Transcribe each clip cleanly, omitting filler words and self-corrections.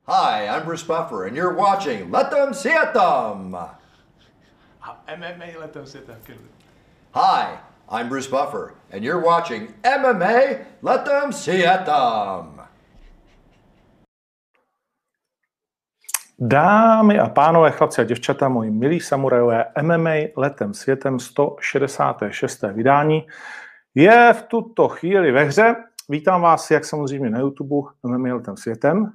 Hi, I'm Bruce Buffer, and you're watching Let Them See It Them! MMA Let Them See It Them. Hi, I'm Bruce Buffer, and you're watching MMA Let Them See It Them! Dámy a pánové, chlapci a děvčata, moji milí samurajové, MMA letem světem 166. vydání je v tuto chvíli ve hře. Vítám vás jak samozřejmě na YouTube MMA letem světem,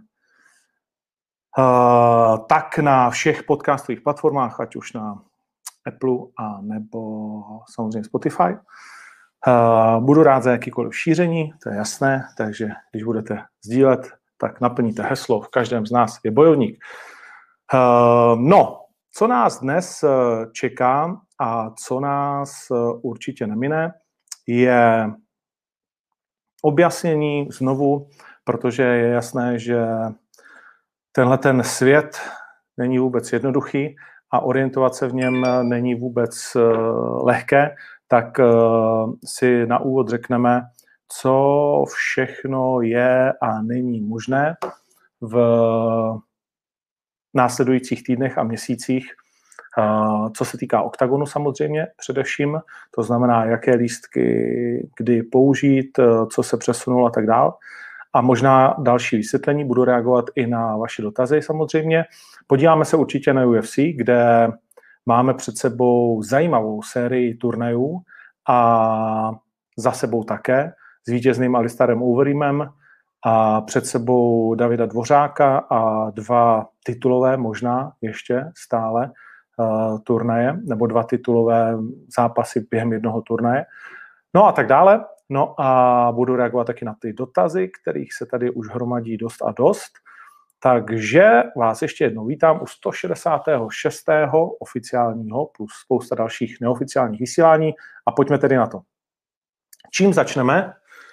tak na všech podcastových platformách, ať už na Apple a nebo samozřejmě Spotify. Budu rád za jakýkoliv šíření, to je jasné, takže když budete sdílet, tak naplníte heslo, v každém z nás je bojovník. No, co nás dnes čeká a co nás určitě nemine, je objasnění znovu, protože je jasné, že tenhle ten svět není vůbec jednoduchý a orientovat se v něm není vůbec lehké, tak si na úvod řekneme, co všechno je a není možné v následujících týdnech a měsících, co se týká oktagonu samozřejmě především, to znamená, jaké lístky kdy použít, co se přesunulo a tak dál. A možná další vysvětlení, budu reagovat i na vaše dotazy samozřejmě. Podíváme se určitě na UFC, kde máme před sebou zajímavou sérii turnajů a za sebou také s vítězným Alistairem Overeemem a před sebou Davida Dvořáka a dva titulové možná ještě stále turnaje, nebo dva titulové zápasy během jednoho turnaje. No a tak dále. No a budu reagovat taky na ty dotazy, kterých se tady už hromadí dost a dost. Takže vás ještě jednou vítám u 166. oficiálního plus spousta dalších neoficiálních vysílání a pojďme tedy na to. Čím začneme?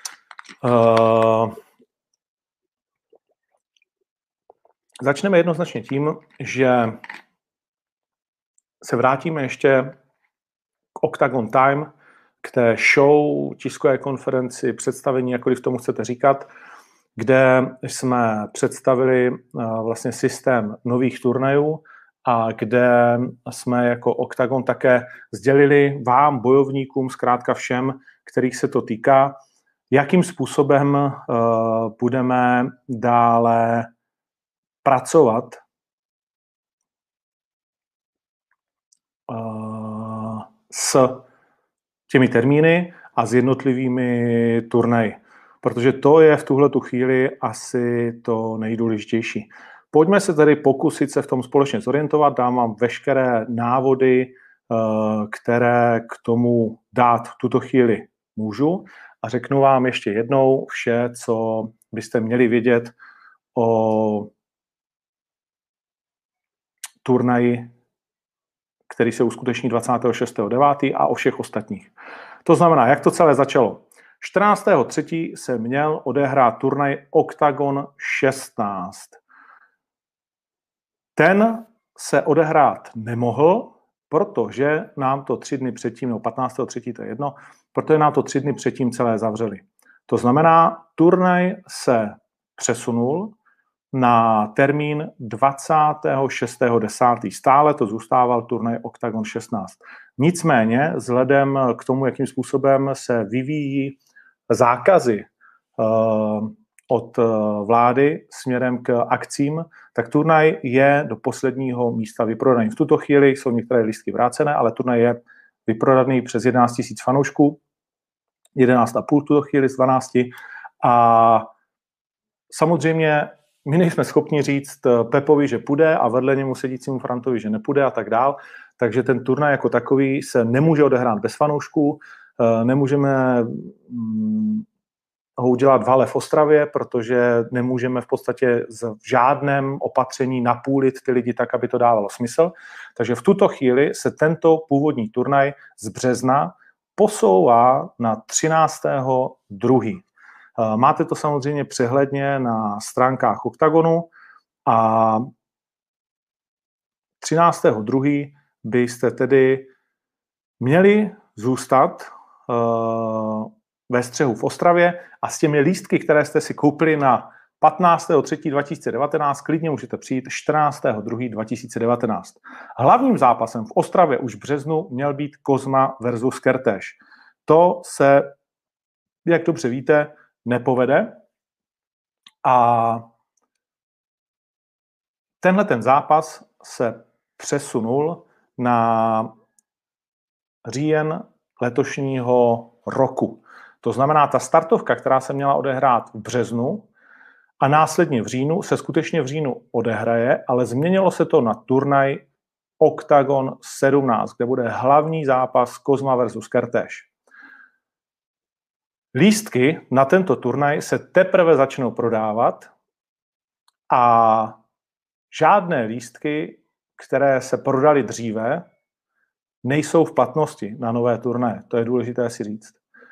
Začneme jednoznačně tím, že se vrátíme ještě k Octagon Time, k té show, tiskové konferenci, představení, jakkoliv tomu chcete říkat, kde jsme představili vlastně systém nových turnajů a kde jsme jako Octagon také sdělili vám, bojovníkům, zkrátka všem, kterých se to týká, jakým způsobem budeme dále pracovat s těmi termíny a s jednotlivými turnaji. Protože to je v tuhletu chvíli asi to nejdůležitější. Pojďme se tedy pokusit se v tom společně zorientovat. Dám vám veškeré návody, které k tomu dát v tuto chvíli můžu. A řeknu vám ještě jednou vše, co byste měli vědět o turnaji, který se uskuteční 26.9. a o všech ostatních. To znamená, jak to celé začalo. 14.3. se měl odehrát turnaj Octagon 16. Ten se odehrát nemohl, protože nám to 3 dny předtím, nebo 15.3. to je jedno, protože nám to 3 dny předtím celé zavřeli. To znamená, turnaj se přesunul na termín 26.10. Stále to zůstával turnaj Octagon 16. Nicméně, vzhledem k tomu, jakým způsobem se vyvíjí zákazy od vlády směrem k akcím, tak turnaj je do posledního místa vyprodaný. V tuto chvíli jsou některé lístky vrácené, ale turnaj je vyprodaný přes 11 000 fanoušků, 11,5 v tuto chvíli z 12. A samozřejmě my nejsme schopni říct Pepovi, že půjde a vedle němu sedícímu Frantovi, že nepůjde a tak dál. Takže ten turnaj jako takový se nemůže odehrát bez fanoušků. Nemůžeme ho udělat v hale v Ostravě, protože nemůžeme v podstatě v žádném opatření napůlit ty lidi tak, aby to dávalo smysl. Takže v tuto chvíli se tento původní turnaj z března posouvá na 13.2. Máte to samozřejmě přehledně na stránkách Octagonu a 13.2. byste tedy měli zůstat ve střehu v Ostravě a s těmi lístky, které jste si koupili na 15.3.2019, klidně můžete přijít 14.2.2019. Hlavním zápasem v Ostravě už v březnu měl být Kozma versus Kertész. To se, jak dobře víte, nepovede a tenhle ten zápas se přesunul na říjen letošního roku. To znamená, ta startovka, která se měla odehrát v březnu a následně v říjnu, se skutečně v říjnu odehraje, ale změnilo se to na turnaj Octagon 17, kde bude hlavní zápas Kozma versus Kertész. Lístky na tento turnaj se teprve začnou prodávat a žádné lístky, které se prodaly dříve, nejsou v platnosti na nové turnaje. To je důležité si říct.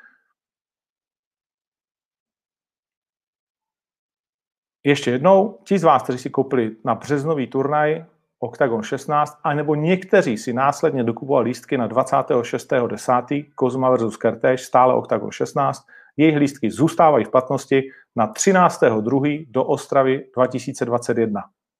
Ještě jednou, ti z vás, kteří si koupili na březnový turnaj Octagon 16, anebo někteří si následně dokupovali lístky na 26.10. Kozma versus Kertész, stále Octagon 16, jejich lístky zůstávají v platnosti na 13.2. do Ostravy 2021.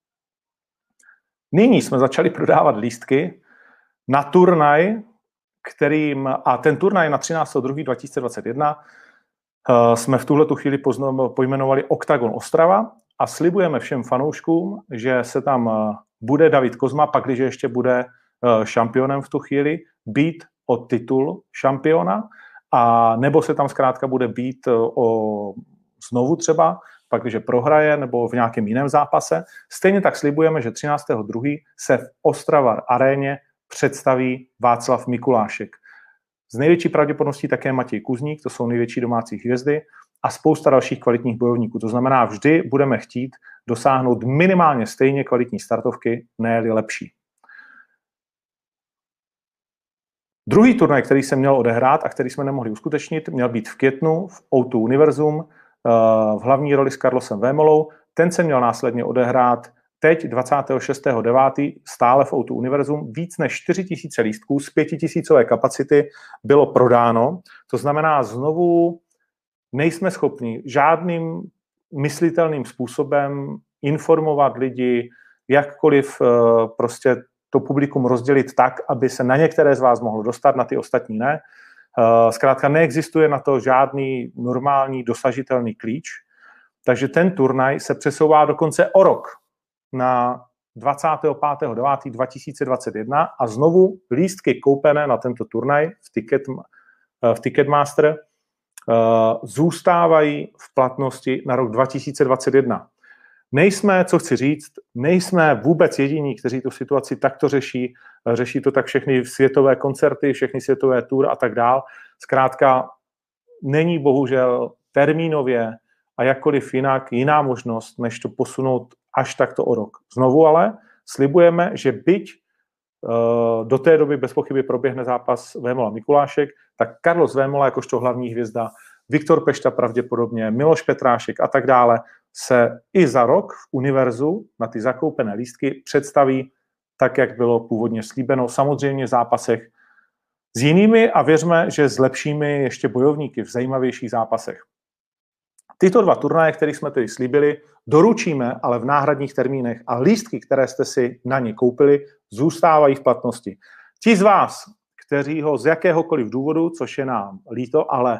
Nyní jsme začali prodávat lístky na turnaj, a ten turnaj na 13.2.2021 jsme v tuhletu chvíli pojmenovali Octagon Ostrava a slibujeme všem fanouškům, že se tam bude David Kozma, pak když ještě bude šampionem v tu chvíli, být o titul šampiona, a nebo se tam zkrátka bude být znovu třeba, pak když prohraje nebo v nějakém jiném zápase. Stejně tak slibujeme, že 13.2. se v Ostravar aréně představí Václav Mikulášek. Z největší pravděpodobností také Matěj Kuzník, to jsou největší domácí hvězdy, a spousta dalších kvalitních bojovníků. To znamená, vždy budeme chtít dosáhnout minimálně stejně kvalitní startovky, ne-li lepší. Druhý turnaj, který se měl odehrát a který jsme nemohli uskutečnit, měl být v květnu v O2 Univerzum v hlavní roli s Carlosem Vémolou. Ten se měl následně odehrát teď 26.9. stále v O2 Univerzum. Víc než 4 000 lístků z 5 000 kapacity bylo prodáno. To znamená, znovu nejsme schopni žádným myslitelným způsobem informovat lidi, jakkoliv prostě to publikum rozdělit tak, aby se na některé z vás mohlo dostat, na ty ostatní ne. Zkrátka neexistuje na to žádný normální dosažitelný klíč, takže ten turnaj se přesouvá dokonce o rok na 25.9.2021 a znovu lístky koupené na tento turnaj v Ticketmaster zůstávají v platnosti na rok 2021. Nejsme, co chci říct, nejsme vůbec jediní, kteří tu situaci takto řeší. Řeší to tak všechny světové koncerty, všechny světové tour a tak dál. Zkrátka není bohužel termínově a jakkoliv jiná možnost, než to posunout až takto o rok. Znovu ale slibujeme, že byť do té doby bez pochyby proběhne zápas Vémola Mikulášek, tak Carlos Vémola jakožto hlavní hvězda, Viktor Pešta pravděpodobně, Miloš Petrášek a tak dále se i za rok v Univerzu na ty zakoupené lístky představí tak, jak bylo původně slíbeno. Samozřejmě v zápasech s jinými a věřme, že s lepšími ještě bojovníky v zajímavějších zápasech. Tyto dva turnaje, které jsme tedy slíbili, doručíme, ale v náhradních termínech a lístky, které jste si na ně koupili, zůstávají v platnosti. Ti z vás, kteří ho z jakéhokoliv důvodu, což je nám líto, ale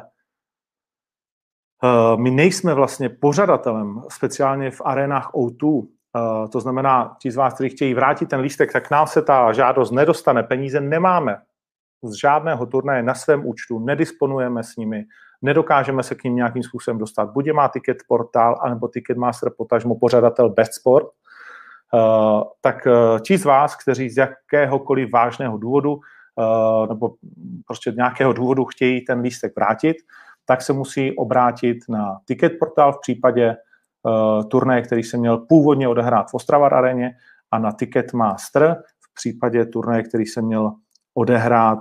my nejsme vlastně pořadatelem, speciálně v arénách O2, to znamená, ti z vás, kteří chtějí vrátit ten lístek, tak nám se ta žádost nedostane, peníze nemáme z žádného turnaje na svém účtu, nedisponujeme s nimi, nedokážeme se k ním nějakým způsobem dostat. Buď má Ticket Portal, anebo Ticketmaster, potažmo pořadatel Best Sport. Tak ti z vás, kteří z jakéhokoliv vážného důvodu nebo prostě nějakého důvodu chtějí ten lístek vrátit, tak se musí obrátit na Ticket Portal v případě turnaje, který se měl původně odehrát v Ostravar aréně, a na Ticketmaster v případě turnaje, který se měl odehrát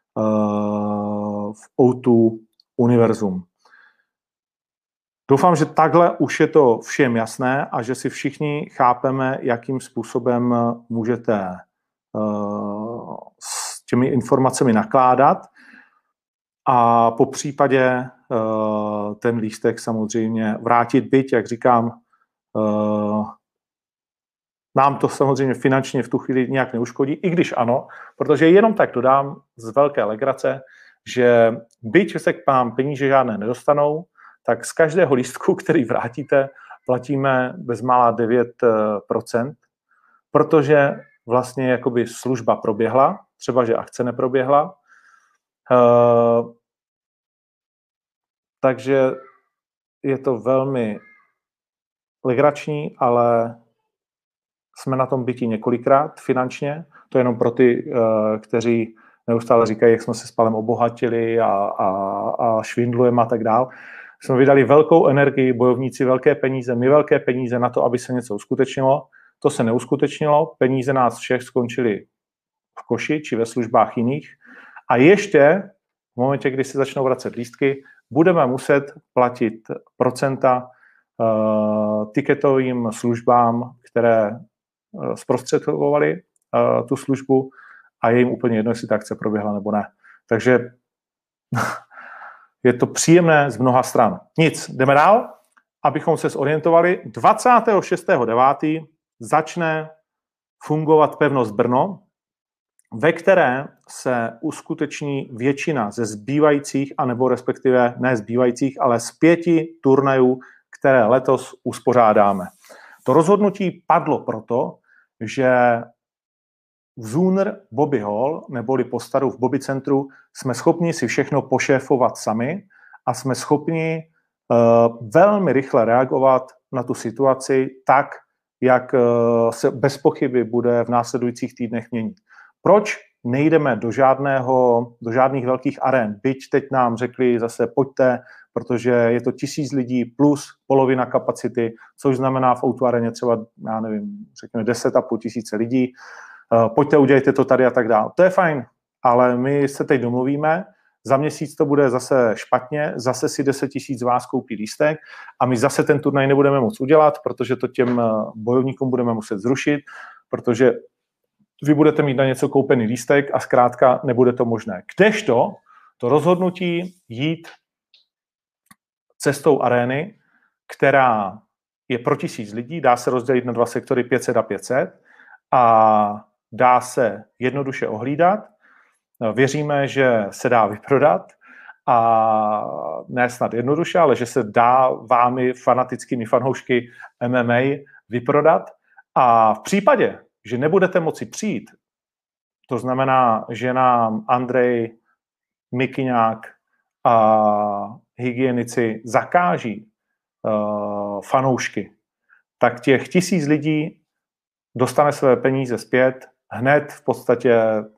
v O2 Univerzum. Doufám, že takhle už je to všem jasné a že si všichni chápeme, jakým způsobem můžete s těmi informacemi nakládat a po případě ten lístek samozřejmě vrátit, byť, jak říkám, Nám to samozřejmě finančně v tu chvíli nějak neuškodí, i když ano, protože jenom tak dodám z velké legrace, že byť se k vám peníze žádné nedostanou, tak z každého lístku, který vrátíte, platíme bezmála 9%, protože vlastně jakoby služba proběhla, třeba že akce neproběhla. Takže je to velmi legrační, ale jsme na tom byti několikrát finančně. To je jenom pro ty, kteří neustále říkají, jak jsme se s Palem obohatili a švindlujeme a tak dál. Jsme vydali velkou energii, bojovníci velké peníze, my velké peníze na to, aby se něco uskutečnilo. To se neuskutečnilo, peníze nás všech skončily v koši či ve službách jiných. A ještě v momentě, kdy se začnou vracet lístky, budeme muset platit procenta tiketovým službám, které zprostředkovali tu službu a je jim úplně jedno, jestli ta akce proběhla nebo ne. Takže je to příjemné z mnoha stran. Nic, jdeme dál, abychom se zorientovali. 26.9. začne fungovat pevnost Brno, ve které se uskuteční většina ze zbývajících, anebo respektive ne zbývajících, ale z 5 turnajů, které letos uspořádáme. To rozhodnutí padlo proto, že v Zooner Bobby Hall, neboli postaru v Bobby centru, jsme schopni si všechno pošéfovat sami a jsme schopni velmi rychle reagovat na tu situaci tak, jak se bez pochyby bude v následujících týdnech měnit. Proč nejdeme do žádných velkých arén? Byť teď nám řekli zase pojďte, protože je to 1000 lidí plus polovina kapacity, což znamená v O2 areně třeba, já nevím, řekněme 10,5 tisíce lidí. Pojďte, udělejte to tady a tak dále. To je fajn, ale my se teď domluvíme, za měsíc to bude zase špatně, zase si 10 000 z vás koupí lístek a my zase ten turnaj nebudeme moc udělat, protože to těm bojovníkům budeme muset zrušit, protože vy budete mít na něco koupený lístek a zkrátka nebude to možné. Kdežto to rozhodnutí jít cestou arény, která je pro 1000 lidí, dá se rozdělit na 2 sektory 500 a 500 a dá se jednoduše ohlídat. Věříme, že se dá vyprodat a ne snad jednoduše, ale že se dá vámi fanatickými fanoušky MMA vyprodat a v případě, že nebudete moci přijít, to znamená, že nám Andrej Mikyňák a hygienici zakáží fanoušky, tak těch 1000 lidí dostane své peníze zpět hned v podstatě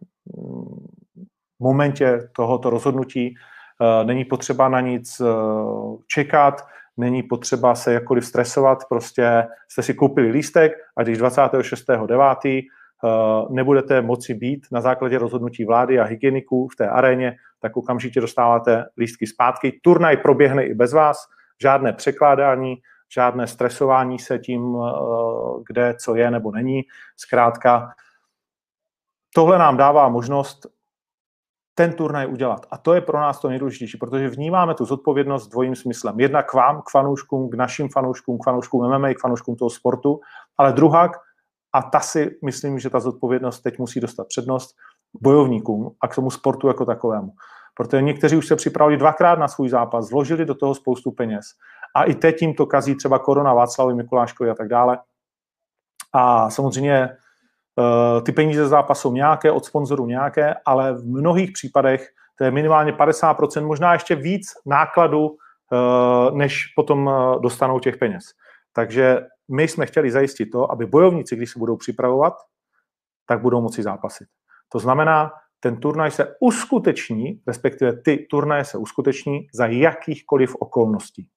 v momentě tohoto rozhodnutí. Není potřeba na nic čekat, není potřeba se jakkoliv stresovat, prostě jste si koupili lístek a když 26.9. Nebudete moci být na základě rozhodnutí vlády a hygieniků v té aréně, tak okamžitě dostáváte lístky zpátky. Turnaj proběhne i bez vás, žádné překládání, žádné stresování se tím, kde co je nebo není. Zkrátka, tohle nám dává možnost ten turnaj udělat. A to je pro nás to nejdůležitější, protože vnímáme tu zodpovědnost dvojím smyslem. Jedna k vám, k fanouškům, k našim fanouškům, k fanouškům MMA, k fanouškům toho sportu, ale druhá, a ta si myslím, že ta zodpovědnost teď musí dostat přednost bojovníkům a k tomu sportu jako takovému. Protože někteří už se připravili 2krát na svůj zápas, vložili do toho spoustu peněz. A i teď jim to kazí třeba korona Václavovi Mikuláškovi a tak dále. A samozřejmě ty peníze z zápasu jsou nějaké, od sponzorů nějaké, ale v mnohých případech to je minimálně 50%, možná ještě víc nákladu, než potom dostanou těch peněz. Takže my jsme chtěli zajistit to, aby bojovníci, když se budou připravovat, tak budou moci zápasit. To znamená, ten turnaj se uskuteční, respektive ty turnaje se uskuteční za jakýchkoliv okolností.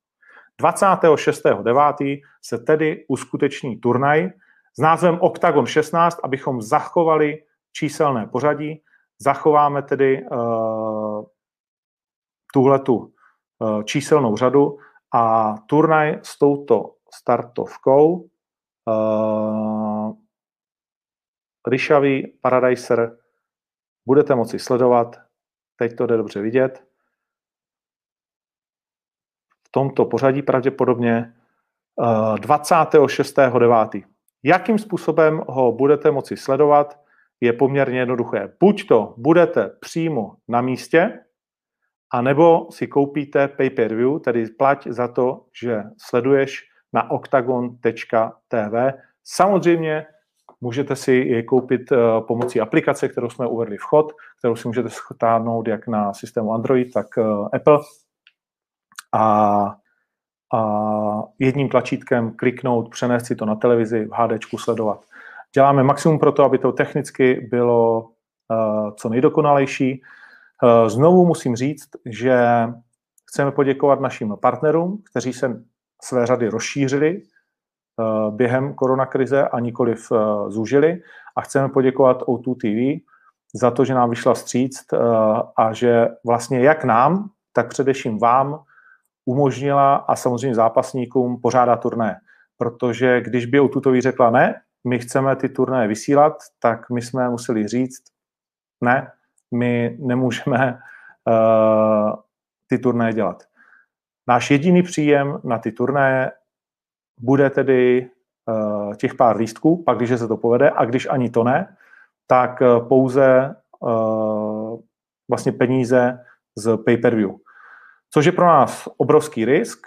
26.9. se tedy uskuteční turnaj s názvem Octagon 16, abychom zachovali číselné pořadí. Zachováme tedy tuhletu číselnou řadu a turnaj s touto startovkou Ryšavý Paradiser budete moci sledovat. Teď to jde dobře vidět. V tomto pořadí pravděpodobně 26.9. Jakým způsobem ho budete moci sledovat, je poměrně jednoduché. Buď to budete přímo na místě, anebo si koupíte pay-per-view, tedy plať za to, že sleduješ na octagon.tv. Samozřejmě můžete si je koupit pomocí aplikace, kterou jsme uvedli v chod, kterou si můžete stáhnout jak na systému Android, tak Apple. A jedním tlačítkem kliknout, přenést si to na televizi, v HDčku sledovat. Děláme maximum pro to, aby to technicky bylo co nejdokonalejší. Znovu musím říct, že chceme poděkovat našim partnerům, kteří se své řady rozšířili během koronakrize a nikoliv zúžili. A chceme poděkovat O2 TV za to, že nám vyšla vstříc a že vlastně jak nám, tak především vám umožnila a samozřejmě zápasníkům pořádat turné. Protože když by O2 TV řekla ne, my chceme ty turné vysílat, tak my jsme museli říct ne, my nemůžeme ty turné dělat. Náš jediný příjem na ty turné bude tedy těch pár lístků, pak když se to povede, a když ani to ne, tak pouze vlastně peníze z pay-per-view. Což je pro nás obrovský risk,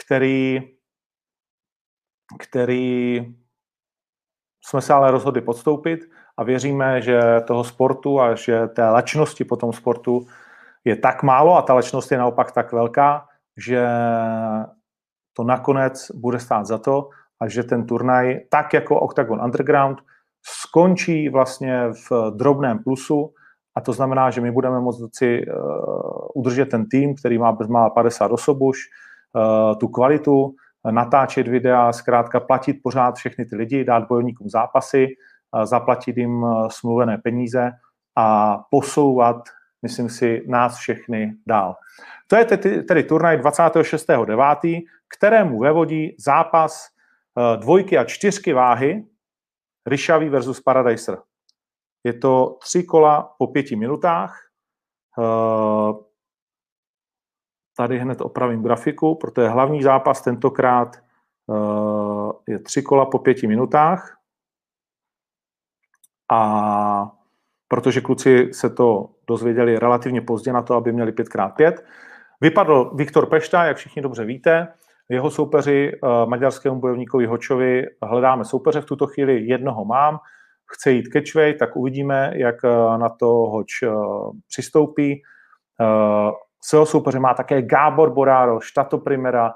který jsme se ale rozhodli podstoupit a věříme, že toho sportu a že té lačnosti po tom sportu je tak málo a ta lačnost je naopak tak velká, že to nakonec bude stát za to a že ten turnaj, tak jako Octagon Underground, skončí vlastně v drobném plusu a to znamená, že my budeme moci udržet ten tým, který má bezmála 50 osob už, tu kvalitu, natáčet videa, zkrátka platit pořád všechny ty lidi, dát bojovníkům zápasy, zaplatit jim smluvené peníze a posouvat, myslím si, nás všechny dál. To je tedy turnaj 26.9., kterému vevodí zápas 2 a 4 váhy Ryšavý versus Paradiser. Je to 3 kola po 5 minutách. Tady hned opravím grafiku, protože hlavní zápas tentokrát je 3 kola po 5 minutách. A protože kluci se to dozvěděli relativně pozdě na to, aby měli 5x5. Vypadl Viktor Pešta, jak všichni dobře víte. Jeho soupeři maďarskému bojovníkovi Hočovi hledáme soupeře. V tuto chvíli jednoho mám. Chce jít catchweight, tak uvidíme, jak na to Hoč přistoupí. Svého soupeře má také Gábor Boraro, Štato Primera.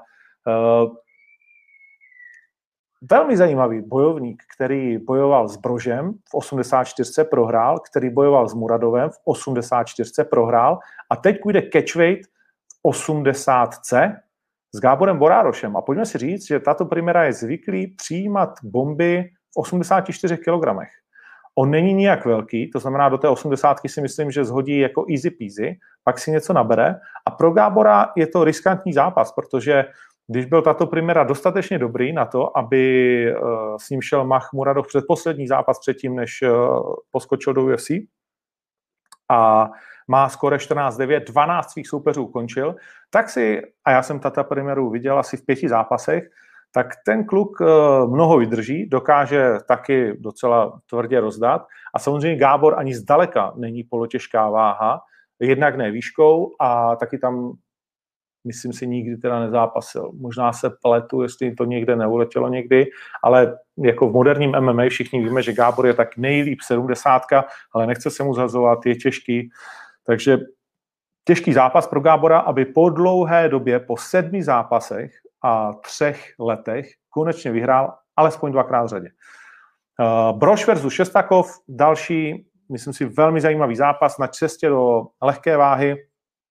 Velmi zajímavý bojovník, který bojoval s Brožem v 84. prohrál, který bojoval s Muradovem v 84. prohrál a teď půjde catchweight v 80. s Gáborem Borárošem. A pojďme si říct, že tato Primera je zvyklý přijímat bomby v 84 kg. On není nijak velký, to znamená do té 80 si myslím, že zhodí jako easy peasy, pak si něco nabere a pro Gábora je to riskantní zápas, protože když byl tato Primera dostatečně dobrý na to, aby s ním šel Muradov předposlední zápas předtím, než poskočil do UFC a má skóre 14-9, 12 svých soupeřů končil, tak si, a já jsem Tata Primeru viděl asi v 5 zápasech, tak ten kluk mnoho vydrží, dokáže taky docela tvrdě rozdat a samozřejmě Gábor ani zdaleka není polotěžká váha, jednak ne výškou a taky tam myslím si nikdy teda nezápasil. Možná se pletu, jestli to někde neuletělo někdy, ale jako v moderním MMA všichni víme, že Gábor je tak nejlíp 70, ale nechce se mu zhazovat, je těžký. Takže těžký zápas pro Gábora, aby po dlouhé době, po 7 zápasech a 3 letech konečně vyhrál alespoň 2krát v řadě. Brož versus Šestakov, další, myslím si, velmi zajímavý zápas na cestě do lehké váhy.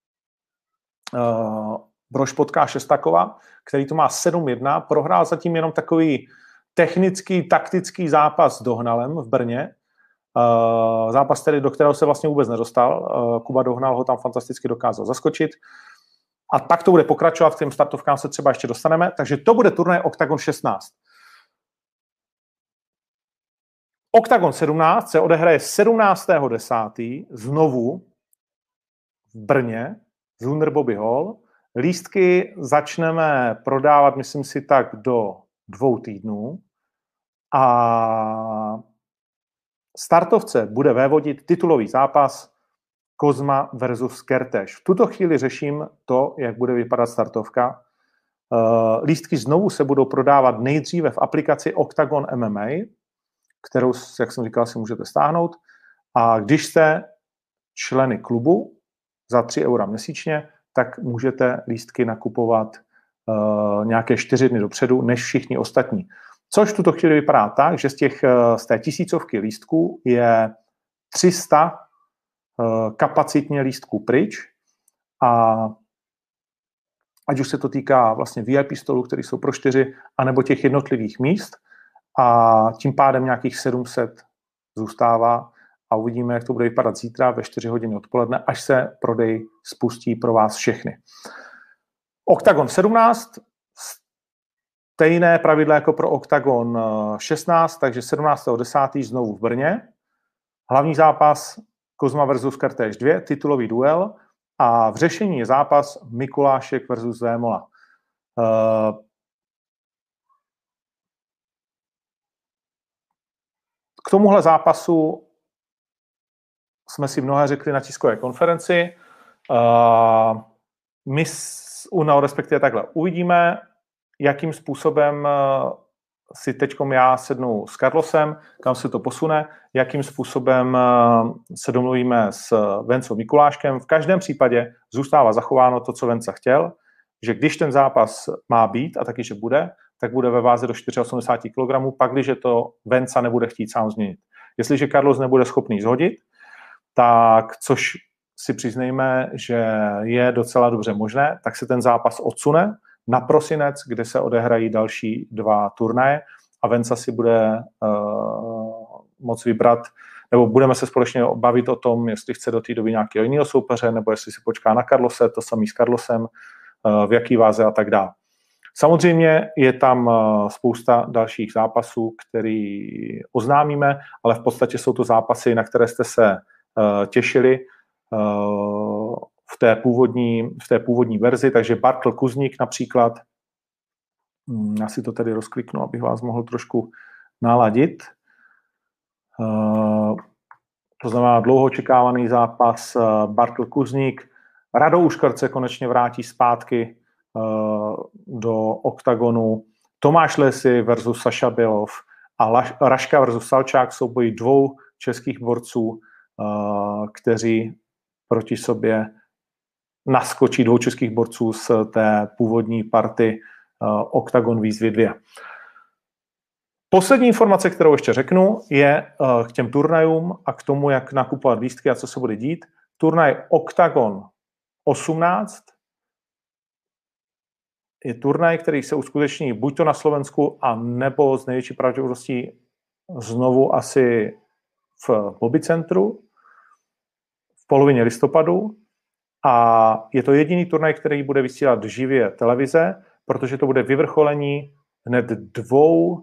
Brož potká Šestakova, který to má 7-1, prohrál zatím jenom takový technický, taktický zápas s Dohnalem v Brně. Zápas, do kterého se vlastně vůbec nedostal. Kuba Dohnal ho tam fantasticky dokázal zaskočit. A tak to bude pokračovat, k těm startovkám se třeba ještě dostaneme. Takže to bude turnaj Octagon 16. Octagon 17 se odehraje 17.10. znovu v Brně z Bobby Hall. Lístky začneme prodávat, myslím si, tak do 2 týdnů a startovce bude vévodit titulový zápas Kozma versus Kertész. V tuto chvíli řeším to, jak bude vypadat startovka. Lístky znovu se budou prodávat nejdříve v aplikaci Octagon MMA, kterou, jak jsem říkal, si můžete stáhnout. A když jste členy klubu za 3 € měsíčně, tak můžete lístky nakupovat nějaké 4 dny dopředu, než všichni ostatní. Což v tuto chvíli vypadá tak, že z té 1000 lístků je 300 kapacitně lístků pryč a ať už se to týká vlastně VIP stolů, které jsou pro 4, anebo těch jednotlivých míst a tím pádem nějakých 700 zůstává a uvidíme, jak to bude vypadat zítra ve 4 hodiny odpoledne, až se prodej spustí pro vás všechny. Octagon 17, stejné pravidla jako pro Octagon 16, takže 17.10. znovu v Brně. Hlavní zápas Kozma versus Kertész 2, titulový duel a v řešení je zápas Mikulášek versus Vémola. K tomuhle zápasu jsme si mnohé řekli na tiskové konferenci. My respektive takhle uvidíme, jakým způsobem si teďkom já sednu s Carlosem, kam se to posune, jakým způsobem se domluvíme s Vencou Mikuláškem. V každém případě zůstává zachováno to, co Venca chtěl, že když ten zápas má být, a taky, že bude, tak bude ve váze do 84 kg, pak když to Venca nebude chtít sám změnit. Jestliže Carlos nebude schopný zhodit, tak což si přiznejme, že je docela dobře možné, tak se ten zápas odsune na prosinec, kde se odehrají další 2 turnaje a Venca si bude moct vybrat, nebo budeme se společně bavit o tom, jestli chce do té doby nějakého jiného soupeře, nebo jestli si počká na Carlose, to samý s Carlosem, v jaký váze a tak dále. Samozřejmě je tam spousta dalších zápasů, který oznámíme, ale v podstatě jsou to zápasy, na které jste se těšili v té původní verzi, takže Bartl Kuzník například, já si to tady rozkliknu, abych vás mohl trošku naladit. To znamená dlouho očekávaný zápas Bartl Kuzník. Rado Uškrt se konečně vrátí zpátky do oktagonu. Tomáš Lesy versus Saša Bělov a Raška versus Salčák soubojí 2 českých borců, kteří proti sobě naskočí 2 českých borců z té původní party Octagon výzvy 2. Poslední informace, kterou ještě řeknu, je k těm turnajům a k tomu, jak nakupovat lístky a co se bude dít. Turnaj Octagon 18 je turnaj, který se uskuteční buď to na Slovensku, a nebo z největší pravděpodobností znovu asi v Bobby centru v polovině listopadu. A je to jediný turnaj, který bude vysílat živě televize, protože to bude vyvrcholení hned 2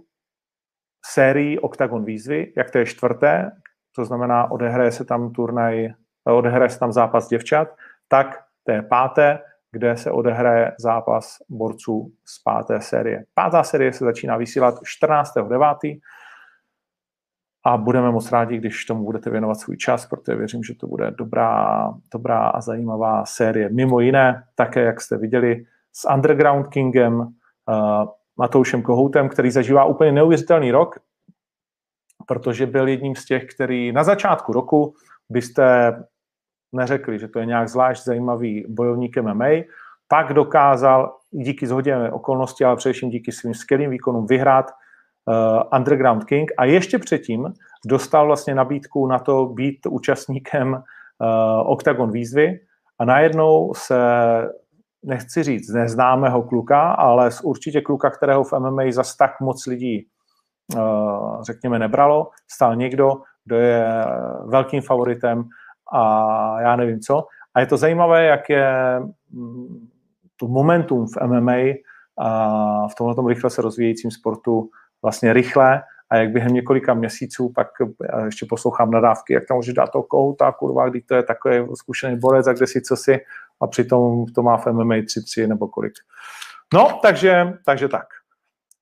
sérií Octagon výzvy, jak to je 4., to znamená odehraje se tam zápas děvčat, tak to je 5., kde se odehraje zápas borců z 5. série. 5. série se začíná vysílat 14.9. a budeme moc rádi, když tomu budete věnovat svůj čas, protože věřím, že to bude dobrá a zajímavá série. Mimo jiné, také, jak jste viděli, s Underground Kingem, Matoušem Kohoutem, který zažívá úplně neuvěřitelný rok, protože byl jedním z těch, který na začátku roku byste neřekli, že to je nějak zvlášť zajímavý bojovník MMA, pak dokázal díky shodě okolností, ale především díky svým skvělým výkonům vyhrát Underground King a ještě předtím dostal vlastně nabídku na to být účastníkem Octagon výzvy a najednou se, nechci říct neznámého kluka, ale z určitě kluka, kterého v MMA zas tak moc lidí řekněme nebralo, stal někdo, kdo je velkým favoritem a já nevím co. A je to zajímavé, jak je to momentum v MMA a v tomhletom rychle se rozvíjejícím sportu vlastně rychle a jak během několika měsíců, pak ještě poslouchám nadávky, jak tam může dát toho Kohouta, kurva, když to je takový zkušený borec a kde si co si a přitom to má v MMA 3-3 nebo kolik. No, takže tak.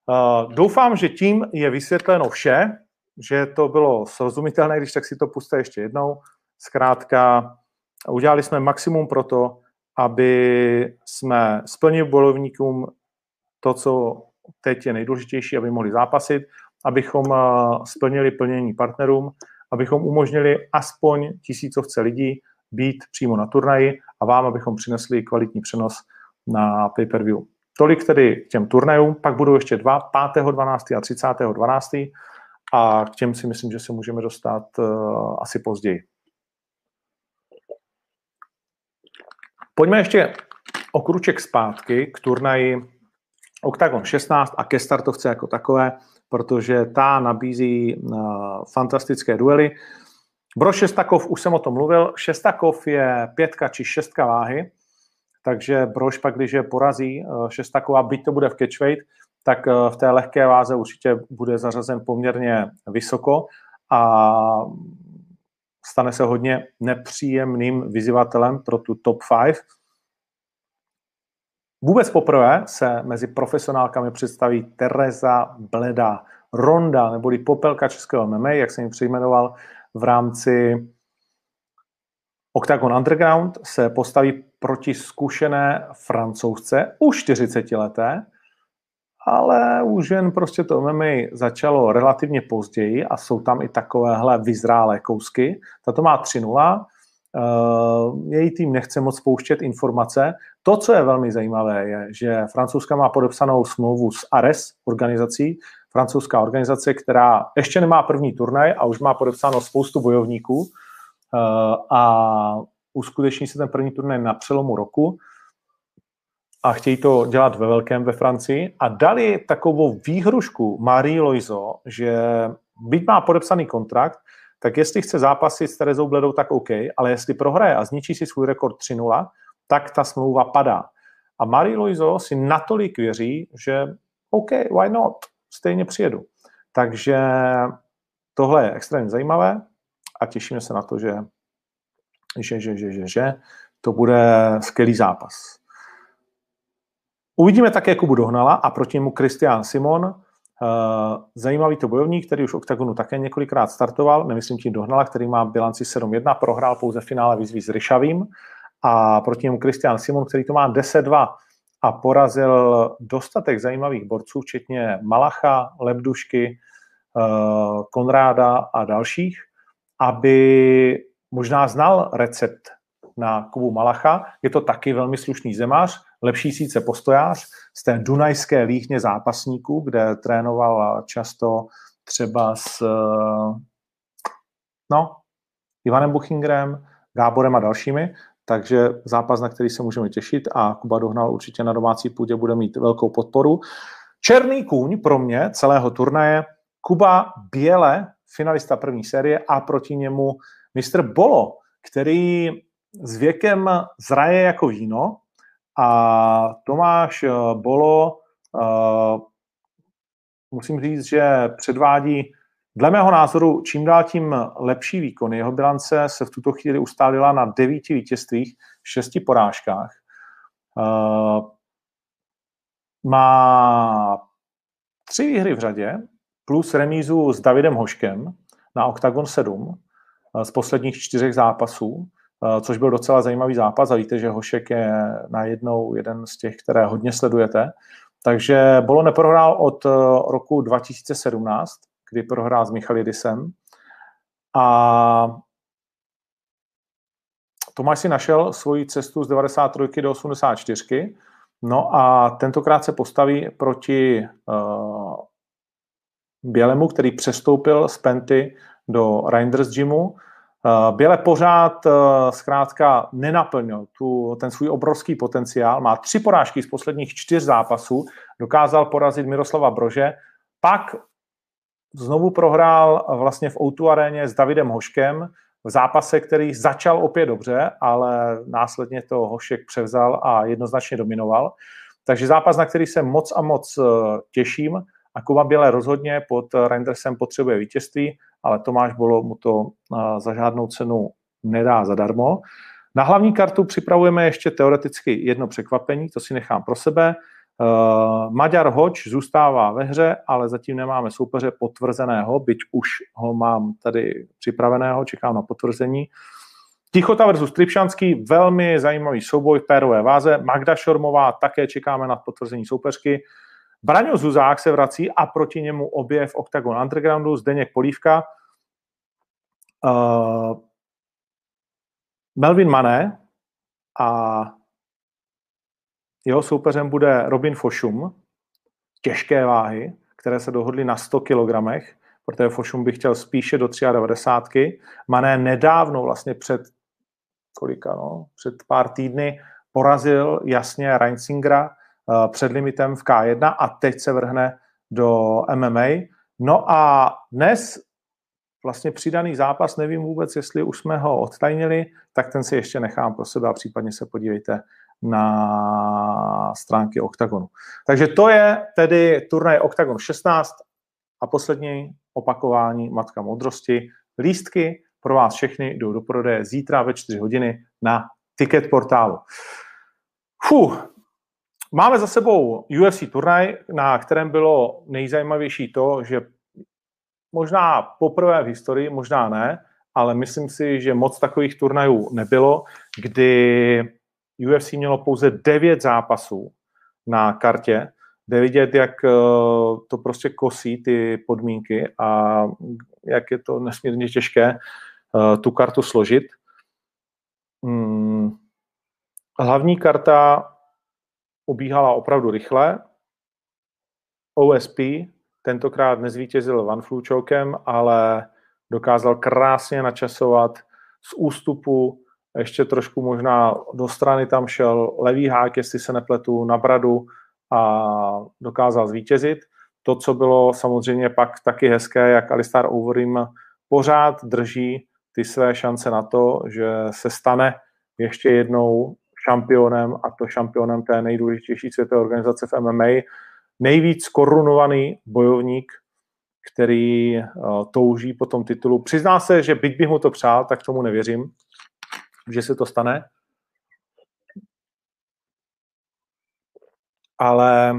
Doufám, že tím je vysvětleno vše, že to bylo srozumitelné, když tak si to puste ještě jednou. Zkrátka, udělali jsme maximum pro to, aby jsme splnili bojovníkům to, co teď je nejdůležitější, aby mohli zápasit, abychom splnili plnění partnerům, abychom umožnili aspoň 1000 lidí být přímo na turnaji a vám, abychom přinesli kvalitní přenos na pay-per-view. Tolik tedy k těm turnajům, pak budou ještě 2, 5.12. a 30.12. a k těm si myslím, že se můžeme dostat asi později. Pojďme ještě o kruček zpátky k turnaji Octagon 16 a ke startovce jako takové, protože ta nabízí fantastické duely. Brož Šestakov, už jsem o tom mluvil, Šestakov je 5 či 6 váhy, takže Brož pak, když je porazí Šestakova, byť to bude v catchweight, tak v té lehké váze určitě bude zařazen poměrně vysoko a stane se hodně nepříjemným vyzývatelem pro tu top 5. Vůbec poprvé se mezi profesionálkami představí Tereza Bleda Ronda, neboli popelka českého MMA, jak jsem ji přejmenoval, v rámci Octagon Underground se postaví proti zkušené Francouzce, už 40leté, ale už jen prostě to MMA začalo relativně později a jsou tam i takovéhle vyzrálé kousky. Tato má 3-0, její tým nechce moc pouštět informace. To, co je velmi zajímavé, je, že Francouzska má podepsanou smlouvu s Ares organizací, francouzská organizace, která ještě nemá první turnaj a už má podepsáno spoustu bojovníků a uskuteční se ten první turnaj na přelomu roku a chtějí to dělat ve velkém ve Francii a dali takovou výhrušku Marie Loiseau, že byť má podepsaný kontrakt, tak jestli chce zápasit s Terezou Bledou, tak OK, ale jestli prohraje a zničí si svůj rekord 3-0, tak ta smlouva padá. A Marie Loiseau si natolik věří, že OK, why not? Stejně přijedu. Takže tohle je extrémně zajímavé a těšíme se na to, že to bude skvělý zápas. Uvidíme také Kubu Dohnala a proti němu Christian Simon. Zajímavý to bojovník, který už v Octagonu také několikrát startoval, nemyslím tím Dohnala, který má bilanci 7-1, prohrál pouze finále výzvy s Ryšavým a proti němu Christian Simon, který to má 10-2 a porazil dostatek zajímavých borců, včetně Malacha, Lebdušky, Konráda a dalších, aby možná znal recept na Kubu Malacha. Je to taky velmi slušný zemář, lepší sice postojář z té dunajské líhně zápasníků, kde trénoval často třeba s Ivanem Buchingerem, Gáborem a dalšími, takže zápas, na který se můžeme těšit a Kuba Dohnal určitě na domácí půdě bude mít velkou podporu. Černý kůň pro mě celého turnaje, Kuba Běle, finalista první série a proti němu mistr Bolo, který s věkem zraje jako víno a Tomáš Bolo, musím říct, že předvádí dle mého názoru čím dál tím lepší výkon. Jeho bilance se v tuto chvíli ustálila na 9 vítězstvích, 6 porážkách. Má 3 výhry v řadě plus remízu s Davidem Hoškem na Octagon 7 z posledních 4 zápasů, což byl docela zajímavý zápas a víte, že Hošek je najednou jeden z těch, které hodně sledujete. Takže Bolo neprohrál od roku 2017, kdy prohrál s Michalidisem. A Tomáš si našel svoji cestu z 93 do 84. No a tentokrát se postaví proti Bělemu, který přestoupil z Penty do Reinders Gymu. Běle pořád zkrátka nenaplnil ten svůj obrovský potenciál. Má 3 porážky z posledních 4 zápasů. Dokázal porazit Miroslava Brože. Pak znovu prohrál vlastně v O2 aréně s Davidem Hoškem v zápase, který začal opět dobře, ale následně to Hošek převzal a jednoznačně dominoval. Takže zápas, na který se moc a moc těším. A Kuba Běle rozhodně pod Reindersem potřebuje vítězství, ale Tomáš Bolo mu to za žádnou cenu nedá zadarmo. Na hlavní kartu připravujeme ještě teoreticky jedno překvapení, to si nechám pro sebe. Maďar Hoč zůstává ve hře, ale zatím nemáme soupeře potvrzeného, byť už ho mám tady připraveného, čekám na potvrzení. Tichota versus Tripšanský, velmi zajímavý souboj v pérové váze. Magda Šormová, také čekáme na potvrzení soupeřky. Braňo Zuzák se vrací a proti němu objev Octagon Undergroundu, Zdeněk Polívka. Melvin Mané a jeho soupeřem bude Robin Fošum, těžké váhy, které se dohodly na 100 kg, protože Fošum by chtěl spíše do 93. Mané nedávno, vlastně před pár týdny porazil jasně Reinsingera před limitem v K1 a teď se vrhne do MMA. No a dnes vlastně přidaný zápas, nevím vůbec, jestli už jsme ho odtajnili, tak ten si ještě nechám pro sebe a případně se podívejte na stránky Octagonu. Takže to je tedy turnaj Octagon 16 a poslední opakování Matka moudrosti. Lístky pro vás všechny jdou do prodeje zítra ve 4 hodiny na Ticket portálu. Máme za sebou UFC turnaj, na kterém bylo nejzajímavější to, že možná poprvé v historii, možná ne, ale myslím si, že moc takových turnajů nebylo, kdy UFC mělo pouze 9 zápasů na kartě, jde vidět, jak to prostě kosí ty podmínky a jak je to nesmírně těžké tu kartu složit. Hlavní karta ubíhala opravdu rychle. OSP tentokrát nezvítězil Van Flúčokem, ale dokázal krásně načasovat z ústupu, ještě trošku možná do strany tam šel levý hák, jestli se nepletu, na bradu a dokázal zvítězit. To, co bylo samozřejmě pak taky hezké, jak Alistair Overeem pořád drží ty své šance na to, že se stane ještě jednou šampionem, a to šampionem té nejdůležitější světové organizace v MMA. Nejvíc korunovaný bojovník, který touží po tom titulu. Přizná se, že byť bych mu to přál, tak tomu nevěřím, že se to stane. Ale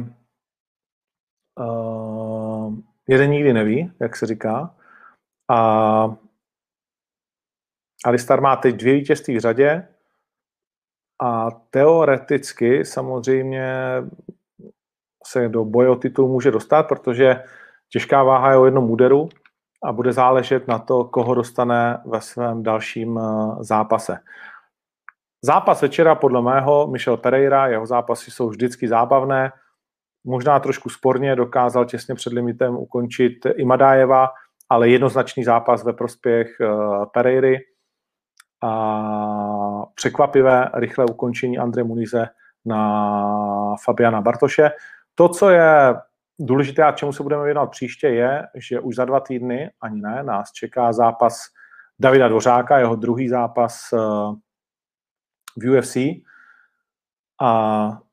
jeden nikdy neví, jak se říká. A Alistair má teď 2 vítězství v řadě a teoreticky samozřejmě se do boje o titul může dostat, protože těžká váha je o jednom úderu a bude záležet na to, koho dostane ve svém dalším zápase. Zápas večera podle mého Michel Pereira, jeho zápasy jsou vždycky zábavné, možná trošku sporně dokázal těsně před limitem ukončit Imadajeva, ale jednoznačný zápas ve prospěch Pereiry a překvapivé rychlé ukončení Andre Munize na Fabiana Bartoše. To, co je důležité a čemu se budeme věnovat příště, je, že už za 2 týdny, ani ne, nás čeká zápas Davida Dvořáka, jeho druhý zápas v UFC. A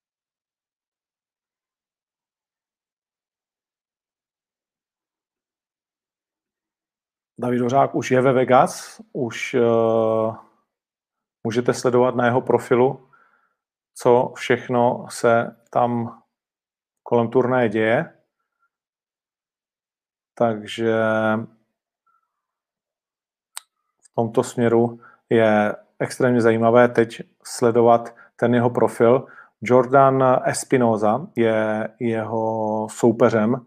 David Dvořák už je ve Vegas, už můžete sledovat na jeho profilu, co všechno se tam kolem turnaje děje. Takže v tomto směru je extrémně zajímavé teď sledovat ten jeho profil. Jordan Espinoza je jeho soupeřem.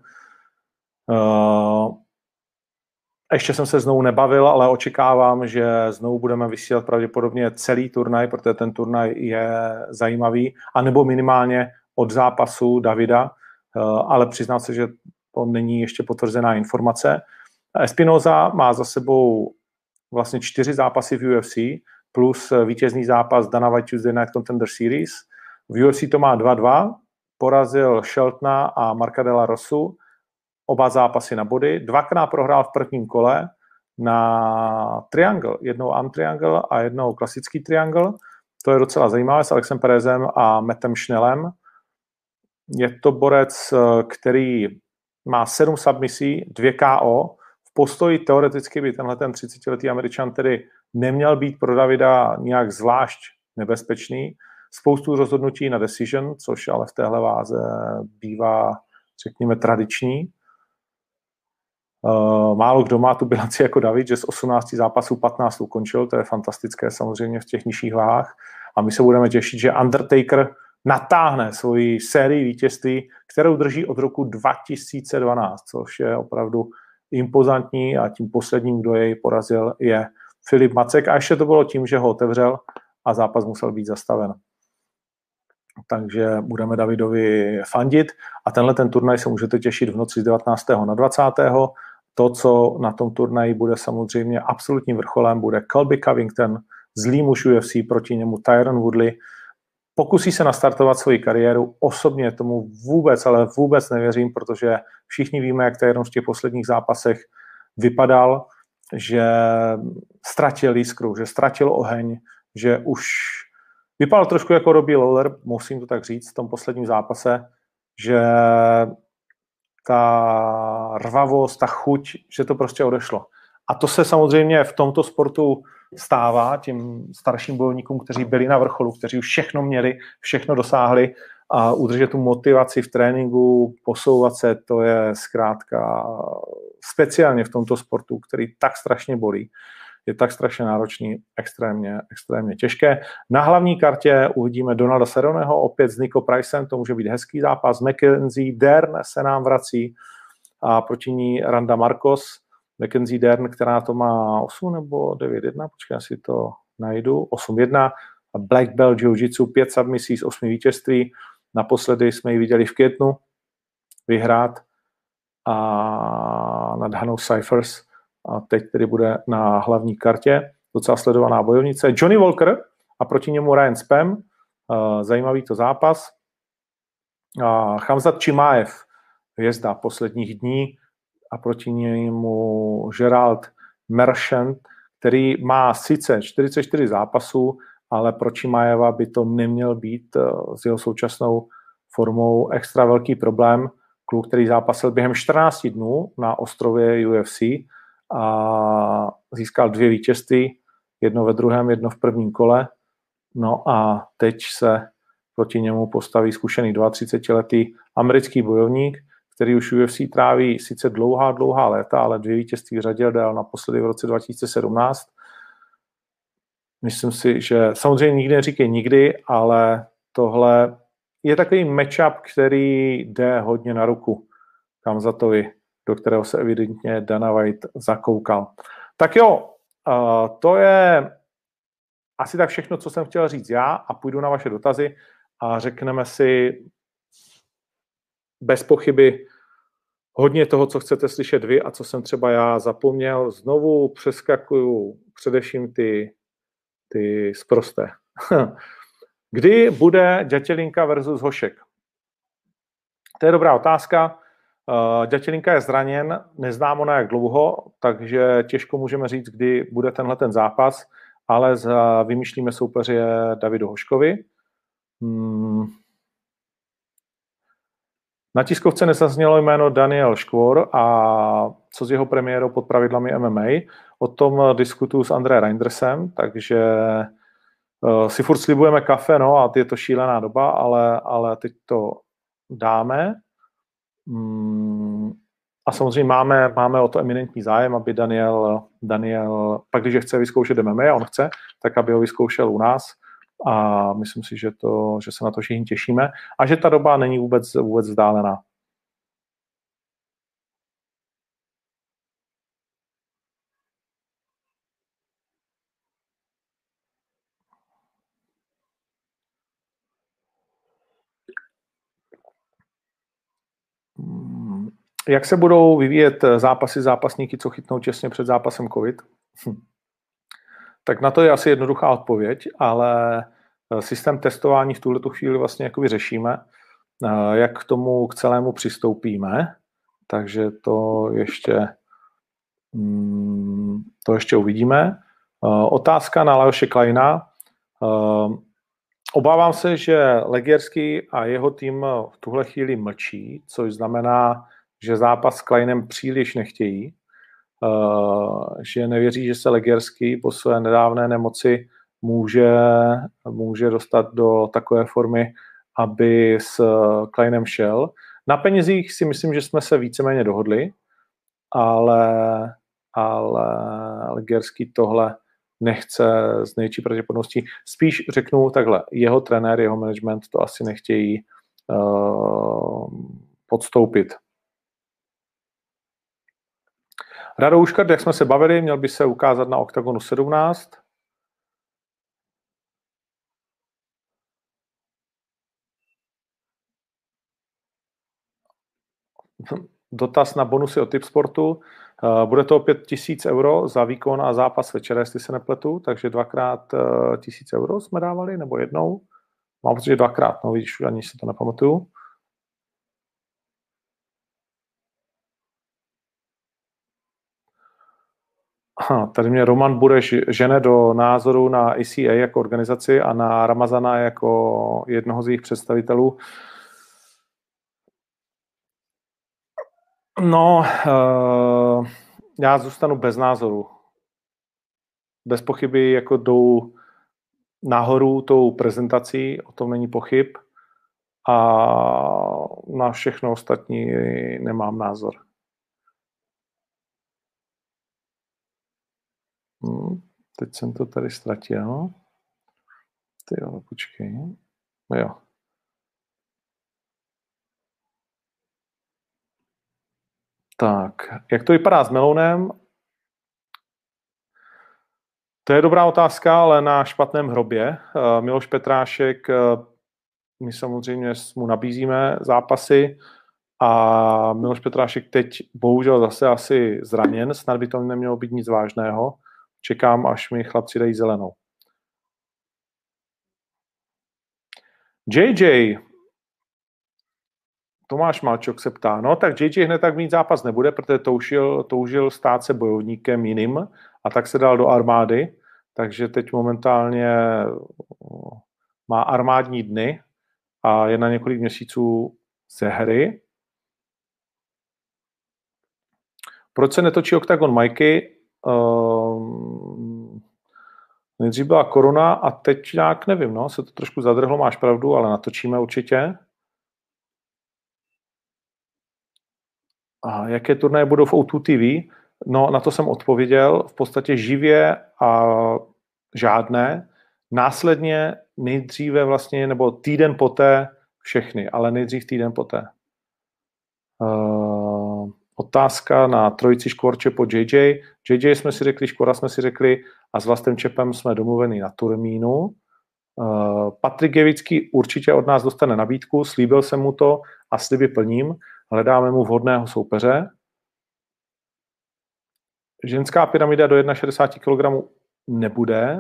Ještě jsem se znovu nebavil, ale očekávám, že znovu budeme vysílat pravděpodobně celý turnaj, protože ten turnaj je zajímavý, anebo minimálně od zápasu Davida, ale přiznám se, že to není ještě potvrzená informace. Espinoza má za sebou vlastně 4 zápasy v UFC, plus vítězný zápas Dana White Tuesday Night Contender Series. V UFC to má 2-2, porazil Sheltona a Marka de la Rosu, oba zápasy na body, 2krát prohrál v prvním kole na triangle, jednou arm triangle a jednou klasický triangle. To je docela zajímavé s Alexem Perezem a Mattem Schnellem. Je to borec, který má 7 submisí, 2 KO. V postoji teoreticky by tenhle 30-letý Američan tedy neměl být pro Davida nějak zvlášť nebezpečný. spoustu rozhodnutí na decision, což ale v téhle váze bývá, řekněme, tradiční. Málo kdo má tu bilanci jako David, že z 18 zápasů 15 ukončil, to je fantastické samozřejmě v těch nižších váhách. A my se budeme těšit, že Undertaker natáhne svoji sérii vítězství, kterou drží od roku 2012, což je opravdu impozantní a tím posledním, kdo jej porazil, je Filip Macek. A ještě to bylo tím, že ho otevřel a zápas musel být zastaven. Takže budeme Davidovi fandit a tenhle ten turnaj se můžete těšit v noci z 19. na 20. To, co na tom turnaji bude samozřejmě absolutním vrcholem, bude Colby Covington, zlý muž UFC, proti němu Tyron Woodley. Pokusí se nastartovat svoji kariéru. Osobně tomu vůbec, ale vůbec nevěřím, protože všichni víme, jak Tyron v těch posledních zápasech vypadal, že ztratil jiskru, že ztratil oheň, že už vypadal trošku jako Robbie Lawler, musím to tak říct, v tom posledním zápase, že ta rvavost, ta chuť, že to prostě odešlo. A to se samozřejmě v tomto sportu stává těm starším bojovníkům, kteří byli na vrcholu, kteří už všechno měli, všechno dosáhli a udržet tu motivaci v tréninku, posouvat se, to je zkrátka speciálně v tomto sportu, který tak strašně bolí, je tak strašně náročný, extrémně těžké. Na hlavní kartě uvidíme Donalda Cerroneho, opět s Nico Pricem, to může být hezký zápas. Mackenzie Dern se nám vrací a proti ní Randa Marcos. Mackenzie Dern, která to má 8 nebo 9-1, počkej, si to najdu, 8-1. A Black Belt Jiu-Jitsu, 5 submisí z 8 vítězství. Naposledy jsme ji viděli v květnu vyhrát a nad Hanou Cyphers. A teď tedy bude na hlavní kartě docela sledovaná bojovnice. Johnny Walker a proti němu Ryan Spam. Zajímavý to zápas. A Khamzat Chimaev, hvězda posledních dní, a proti němu Gerald Merchant, který má sice 44 zápasů, ale pro Chimaeva by to neměl být s jeho současnou formou extra velký problém. Kluk, který zápasil během 14 dnů na ostrově UFC a získal 2 vítězství, jedno ve druhém, jedno v prvním kole. No a teď se proti němu postaví zkušený 32letý americký bojovník, který už UFC tráví sice dlouhá léta, ale 2 vítězství v řadě dal naposledy v roce 2017. Myslím si, že samozřejmě nikdy neříkej nikdy, ale tohle je takový matchup, který jde hodně na ruku Khamzatovi, do kterého se evidentně Dana White zakoukal. Tak jo, to je asi tak všechno, co jsem chtěl říct já a půjdu na vaše dotazy a řekneme si bez pochyby hodně toho, co chcete slyšet vy a co jsem třeba já zapomněl. Znovu přeskakuju především ty sprosté. Kdy bude Ďatelinka versus Hošek? To je dobrá otázka. Ďatelinka je zraněn, neznámo na jak dlouho, takže těžko můžeme říct, kdy bude tenhle ten zápas, ale vymýšlíme soupeře Davidu Hoškovi. Na tiskovce nezaznělo jméno Daniel Škvor a co s jeho premiérou pod pravidlami MMA. O tom diskutuju s André Reindersem, takže si furt slibujeme kafe, no a je to šílená doba, ale teď to dáme. A samozřejmě máme o to eminentní zájem, aby Daniel, pak když chce vyzkoušet MMA, a on chce, tak aby ho vyzkoušel u nás. A myslím si, že se na to všichni těšíme a že ta doba není vůbec vzdálená. Jak se budou vyvíjet zápasníky, co chytnou těsně před zápasem COVID? Tak na to je asi jednoduchá odpověď, ale systém testování v tuhletu chvíli vlastně jakoby řešíme, jak k tomu k celému přistoupíme, takže to ještě uvidíme. Otázka na Leoše Kleina. Obávám se, že Legierský a jeho tým v tuhle chvíli mlčí, což znamená, že zápas s Kleinem příliš nechtějí, že nevěří, že se Legierský po své nedávné nemoci může dostat do takové formy, aby s Kleinem šel. Na penězích si myslím, že jsme se víceméně dohodli, ale Algerský tohle nechce z největší pravděpodobností. Spíš řeknu takhle, jeho trenér, jeho management to asi nechtějí podstoupit. Rado Uškart, jak jsme se bavili, měl by se ukázat na OKTAGONu 17. Dotaz na bonusy od Tipsportu. Bude to 5 000 euro za výkon a zápas večera, jestli se nepletu, takže 2x 1 000 euro jsme dávali, nebo jednou. Mám pocit, že 2x, no vidíš, ani si to nepamatuju. Tady mě Roman Bureš žene do názoru na ACA jako organizaci a na Ramazana jako jednoho z jejich představitelů. No, já zůstanu bez názoru. Bez pochyby jako jdou nahoru tou prezentací, o tom není pochyb. A na všechno ostatní nemám názor. Teď jsem to tady ztratil. Tyjo, počkej. Jo. Tak, jak to vypadá s Melounem? To je dobrá otázka, ale na špatném hrobě. Miloš Petrášek, my samozřejmě mu nabízíme zápasy a Miloš Petrášek teď bohužel zase asi zraněn, snad by to nemělo být nic vážného. Čekám, až mi chlapci dají zelenou. JJ, Tomáš Malčok se ptá, no tak JJ hned tak mít zápas nebude, protože toužil stát se bojovníkem jiným a tak se dal do armády, takže teď momentálně má armádní dny a je na několik měsíců ze hry. Proč se netočí Octagon Mikey? Nejdřív byla korona a teď nějak nevím, no, se to trošku zadrhlo, máš pravdu, ale natočíme určitě. A jaké turnaje budou v O2 TV? No, na to jsem odpověděl. V podstatě živě a žádné. Následně nejdříve vlastně, nebo týden poté všechny, ale nejdřív týden poté. Otázka na trojici Škvorče po JJ. JJ jsme si řekli, Škvora jsme si řekli a s Vlastem Čepem jsme domluveni na termínu. Patrik Jevický určitě od nás dostane nabídku, slíbil jsem mu to a sliby plním. Hledáme mu vhodného soupeře. Ženská pyramida do 61 kg nebude.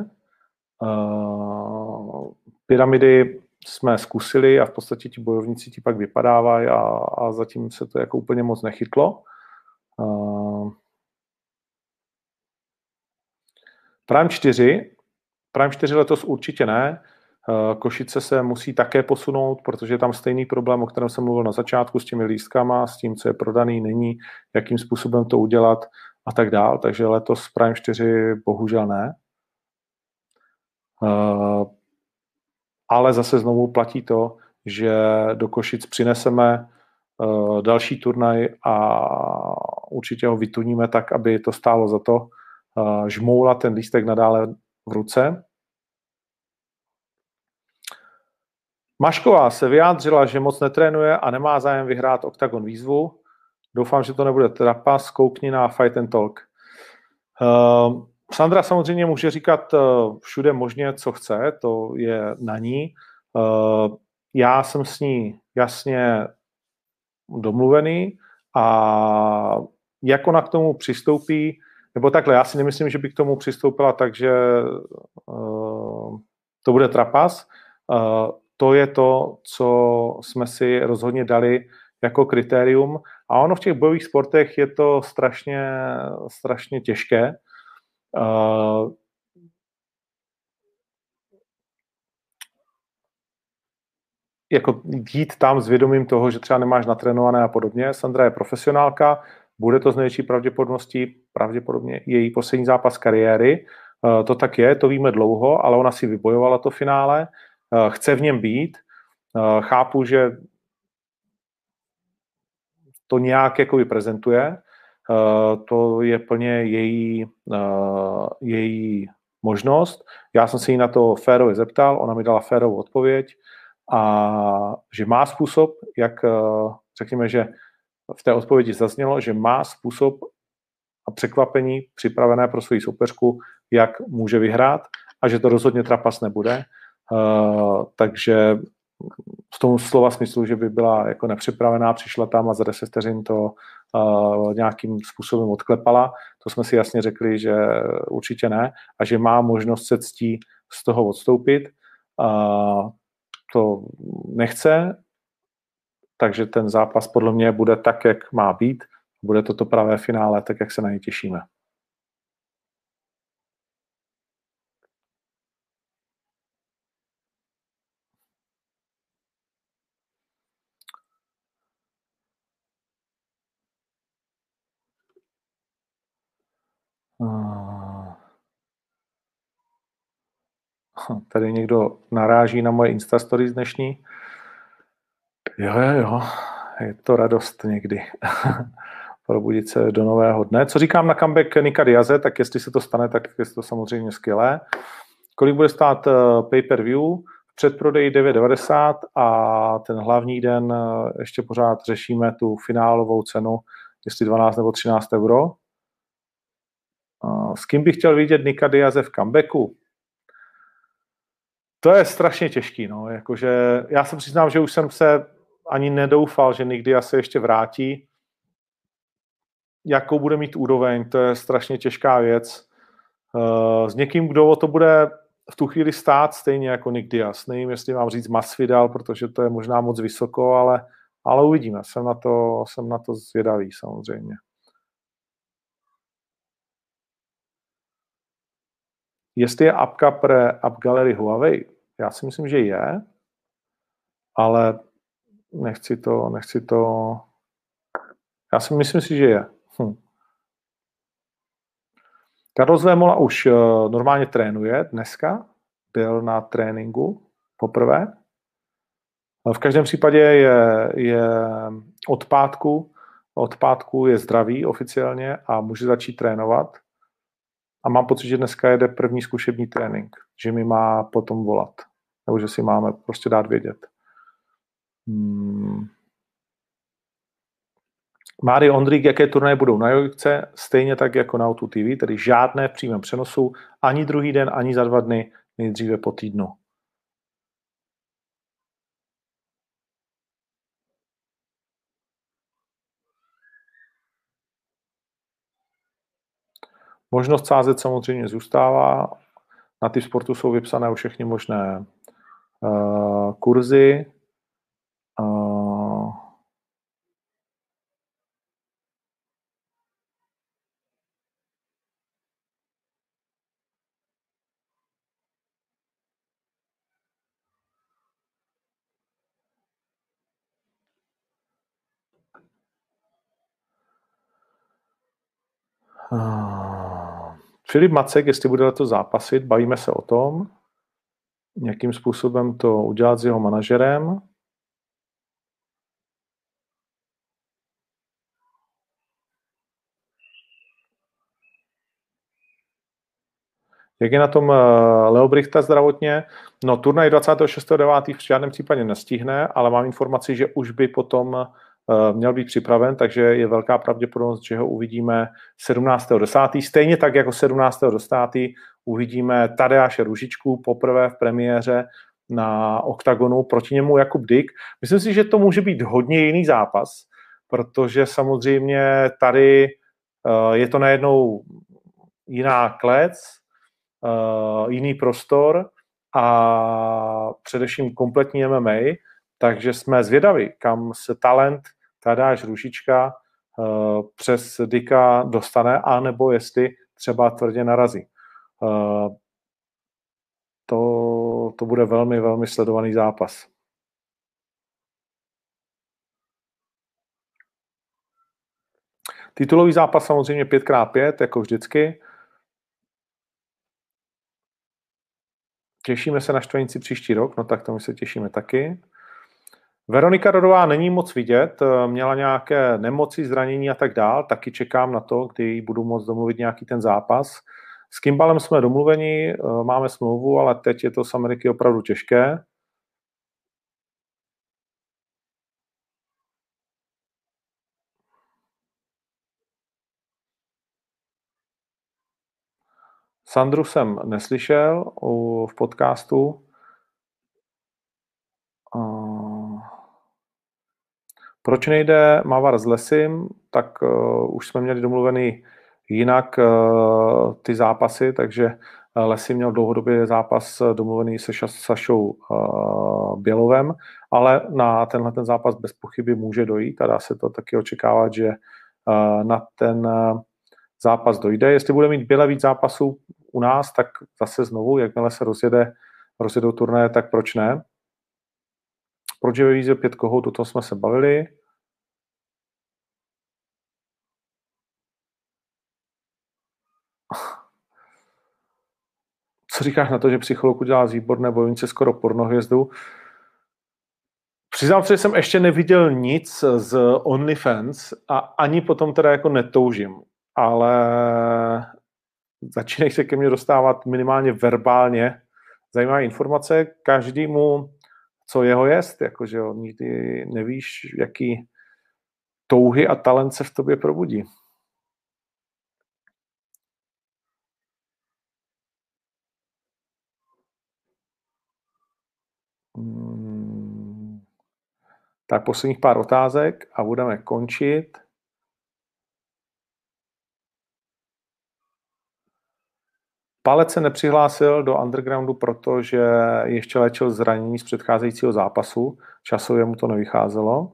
Pyramidy jsme zkusili a v podstatě ti bojovníci ti pak vypadávají a zatím se to jako úplně moc nechytlo. Prime 4. Prime 4 letos určitě ne. Košice se musí také posunout, protože je tam stejný problém, o kterém jsem mluvil na začátku s těmi lístkama, s tím, co je prodaný, není, jakým způsobem to udělat a tak dál. Takže letos Prime 4 bohužel ne. Ale zase znovu platí to, že do Košic přineseme další turnaj a určitě ho vytuníme tak, aby to stálo za to žmoulat ten lístek nadále v ruce. Mašková se vyjádřila, že moc netrénuje a nemá zájem vyhrát Octagon výzvu. Doufám, že to nebude trapas, koukni na Fight and Talk. Sandra samozřejmě může říkat všude možně, co chce, to je na ní. Já jsem s ní jasně domluvený a jak ona k tomu přistoupí, nebo takhle, já si nemyslím, že by k tomu přistoupila tak, že to bude trapas. To je to, co jsme si rozhodně dali jako kritérium. A ono v těch bojových sportech je to strašně těžké. Jako jít tam s vědomím toho, že třeba nemáš natrénované a podobně. Sandra je profesionálka, bude to z největší pravděpodobně její poslední zápas kariéry. To tak je, to víme dlouho, ale ona si vybojovala to finále, chce v něm být. Chápu, že to nějak jako prezentuje, to je plně její možnost. Já jsem se jí na to férově zeptal, ona mi dala férovou odpověď a že má způsob, jak řekněme, že v té odpovědi zaznělo, že má způsob a překvapení připravené pro svou soupeřku, jak může vyhrát a že to rozhodně trapas nebude. Takže v tom slova smyslu, že by byla jako nepřipravená, přišla tam a za 10 vteřin to nějakým způsobem odklepala. To jsme si jasně řekli, že určitě ne a že má možnost se ctí z toho odstoupit. To nechce, takže ten zápas podle mě bude tak, jak má být. Bude to pravé finále, tak jak se na něj těšíme. Tady někdo naráží na moje Instastories dnešní. Jo, je to radost někdy. Probudit se do nového dne. Co říkám na comeback Nika Diaze, tak jestli se to stane, tak je to samozřejmě skvělé. Kolik bude stát pay-per-view? Předprodej 9,90 a ten hlavní den ještě pořád řešíme tu finálovou cenu, jestli 12 nebo 13 euro. S kým bych chtěl vidět Nika Diaze v comebacku? To je strašně těžký. No. Jakože, já se přiznám, že už jsem se ani nedoufal, že Nick Diaz se ještě vrátí. Jakou bude mít úroveň, to je strašně těžká věc. S někým, kdo o to bude v tu chvíli stát, stejně jako Nick Diaz. Nevím, jestli mám říct Masvidal, protože to je možná moc vysoko, ale uvidíme. Jsem na to zvědavý samozřejmě. Jestli je apka pre App Gallery Huawei, já si myslím, že je, ale nechci to... Myslím si, že je. Carlos Vémola už normálně trénuje dneska, byl na tréninku poprvé. V každém případě je od pátku je zdravý oficiálně a může začít trénovat. A mám pocit, že dneska jede první zkušební trénink, že mi má potom volat. Nebo že si máme prostě dát vědět. Mário Ondrík, jaké turnaje budou na Jojce, stejně tak jako na O2 TV, tedy žádné v přímém přenosu, ani druhý den, ani za 2 dny, nejdříve po týdnu. Možnost sázet samozřejmě zůstává. Na ty sportu jsou vypsané všechny možné kurzy. Filip Macek, jestli bude letos zápasit, bavíme se o tom, jakým způsobem to udělat s jeho manažerem. Jak je na tom Leo Brichta zdravotně? No, turnaj 26.9. v žádném případě nestihne, ale mám informaci, že už by potom měl být připraven, takže je velká pravděpodobnost, že ho uvidíme 17.10. Stejně tak jako 17.10. uvidíme Tadeáše Růžičku poprvé v premiéře na Oktagonu, proti němu Jakub Dyk. Myslím si, že to může být hodně jiný zápas, protože samozřejmě tady je to najednou jiná klec, jiný prostor a především kompletní MMA, takže jsme zvědaví, kam se talent Tadeáš Růžička přes Dyka dostane, anebo jestli třeba tvrdě narazí. To bude velmi, velmi sledovaný zápas. Titulový zápas samozřejmě 5x5, jako vždycky. Těšíme se na Štvanici příští rok, no tak to my se těšíme taky. Veronika Rodová není moc vidět, měla nějaké nemoci, zranění a tak dál, taky čekám na to, kdy budu moct domluvit nějaký ten zápas. S Kimbalem jsme domluveni, máme smlouvu, ale teď je to z Ameriky opravdu těžké. Sandru jsem neslyšel v podcastu. Proč nejde Mavar s Lesim? Tak už jsme měli domluvený jinak ty zápasy, takže Lesi měl dlouhodobě zápas domluvený se Sašou Bělovem, ale na tenhle ten zápas bez pochyby může dojít a dá se to taky očekávat, že na ten zápas dojde. Jestli bude mít Běle víc zápasů u nás, tak zase znovu, jakmile se rozjedou turnaje, tak proč ne? Proč je ve výzvě 5 kohoutů, o tom jsme se bavili. Co říkáš na to, že Psycholog udělá z výborné bojovnice skoro pornohvězdu? Přiznám se, že jsem ještě neviděl nic z OnlyFans a ani potom teda jako netoužím, ale začínají se ke mně dostávat minimálně verbálně zajímavé informace, každému, co jeho jest, jakože nikdy nevíš, jaký touhy a talent se v tobě probudí. Tak posledních pár otázek a budeme končit. Palec se nepřihlásil do undergroundu, protože ještě léčil zranění z předcházejícího zápasu. Časově mu to nevycházelo.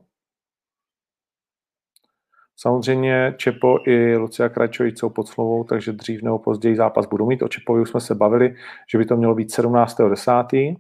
Samozřejmě Čepo i Lucia Krajčovič jsou pod smlouvou, takže dřív nebo později zápas budou mít. O Čepovi už jsme se bavili, že by to mělo být 17.10.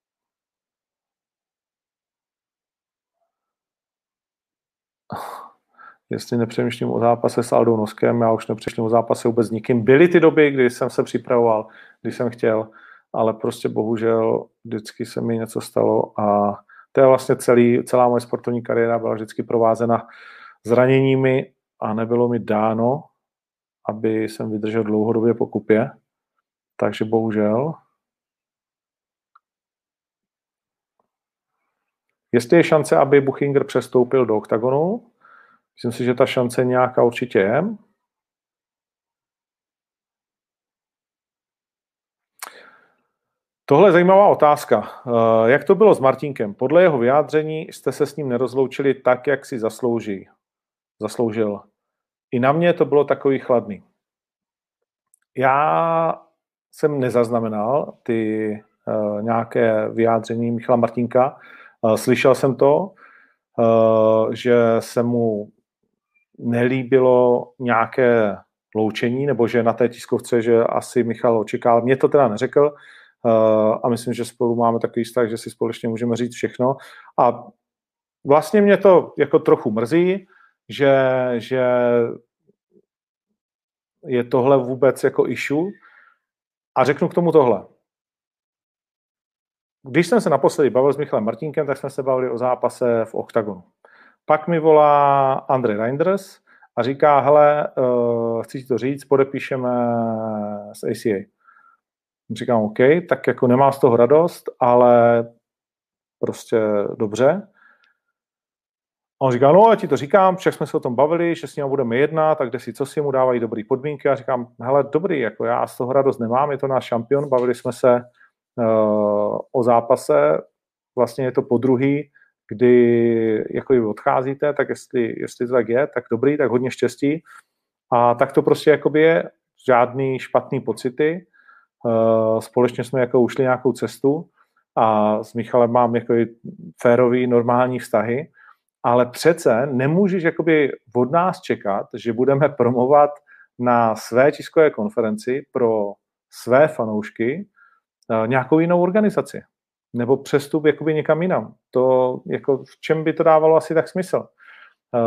Jestli nepřemýšlím o zápase s Aldou Noskem, já už nepřemýšlím o zápase vůbec s nikým. Byly ty doby, kdy jsem se připravoval, když jsem chtěl, ale prostě bohužel vždycky se mi něco stalo a to je vlastně celá moje sportovní kariéra byla vždycky provázena zraněními a nebylo mi dáno, aby jsem vydržel dlouhodobě po kupě, takže bohužel. Jestli je šance, aby Buchinger přestoupil do oktagonu, myslím si, že ta šance nějaká určitě je. Tohle je zajímavá otázka. Jak to bylo s Martinkem? Podle jeho vyjádření jste se s ním nerozloučili tak, jak si zasloužil. I na mě to bylo takový chladný. Já jsem nezaznamenal ty nějaké vyjádření Michala Martinka. Slyšel jsem to, že se mu nelíbilo nějaké loučení, nebo že na té tiskovce, že asi Michal očekával. Mě to teda neřekl a myslím, že spolu máme takový vztah, že si společně můžeme říct všechno. A vlastně mě to jako trochu mrzí, že je tohle vůbec jako issue. A řeknu k tomu tohle. Když jsem se naposledy bavil s Michalem Martinkem, tak jsme se bavili o zápase v oktagonu. Pak mi volá Andrej Reinders a říká, hele, chci ti to říct, podepíšeme s ACA. Říkám, OK, tak jako nemám z toho radost, ale prostě dobře. A on říká, no, já ti to říkám, však jsme se o tom bavili, že s ním budeme jednat, tak kde si, co si mu dávají dobrý podmínky. A říkám, hele, dobrý, jako já z toho radost nemám, je to náš šampion, bavili jsme se o zápase, vlastně je to podruhý, kdy jako vy odcházíte, tak jestli to tak je, tak dobrý, tak hodně štěstí. A tak to prostě jakoby je, žádný špatný pocity. Společně jsme jako ušli nějakou cestu a s Michalem mám jako férový, normální vztahy, ale přece nemůžeš jakoby od nás čekat, že budeme promovat na své tiskové konferenci pro své fanoušky nějakou jinou organizaci. Nebo přestup jakoby někam jinam. To, jako, v čem by to dávalo asi tak smysl?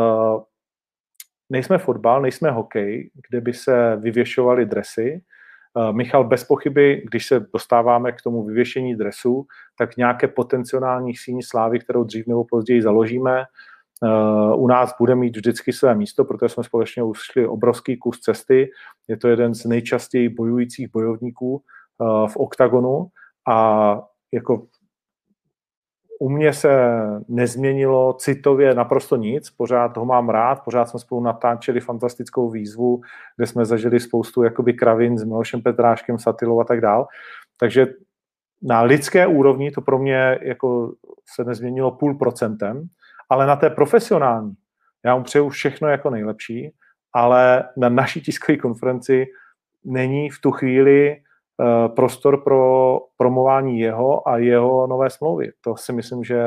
Nejsme fotbal, nejsme hokej, kde by se vyvěšovaly dresy, Michal, bez pochyby, když se dostáváme k tomu vyvěšení dresu, tak nějaké potenciální síni slávy, kterou dřív nebo později založíme, u nás bude mít vždycky své místo, protože jsme společně ušli obrovský kus cesty. Je to jeden z nejčastěji bojujících bojovníků v oktagonu a jako u mě se nezměnilo citově naprosto nic, pořád ho mám rád, pořád jsme spolu natáčeli fantastickou výzvu, kde jsme zažili spoustu jakoby kravin s Milošem Petráškem, Satilou a tak dál. Takže na lidské úrovni to pro mě jako se nezměnilo 0,5%, ale na té profesionální, já mu přeju všechno jako nejlepší, ale na naší tiskové konferenci není v tu chvíli prostor pro promování jeho a jeho nové smlouvy. To si myslím, že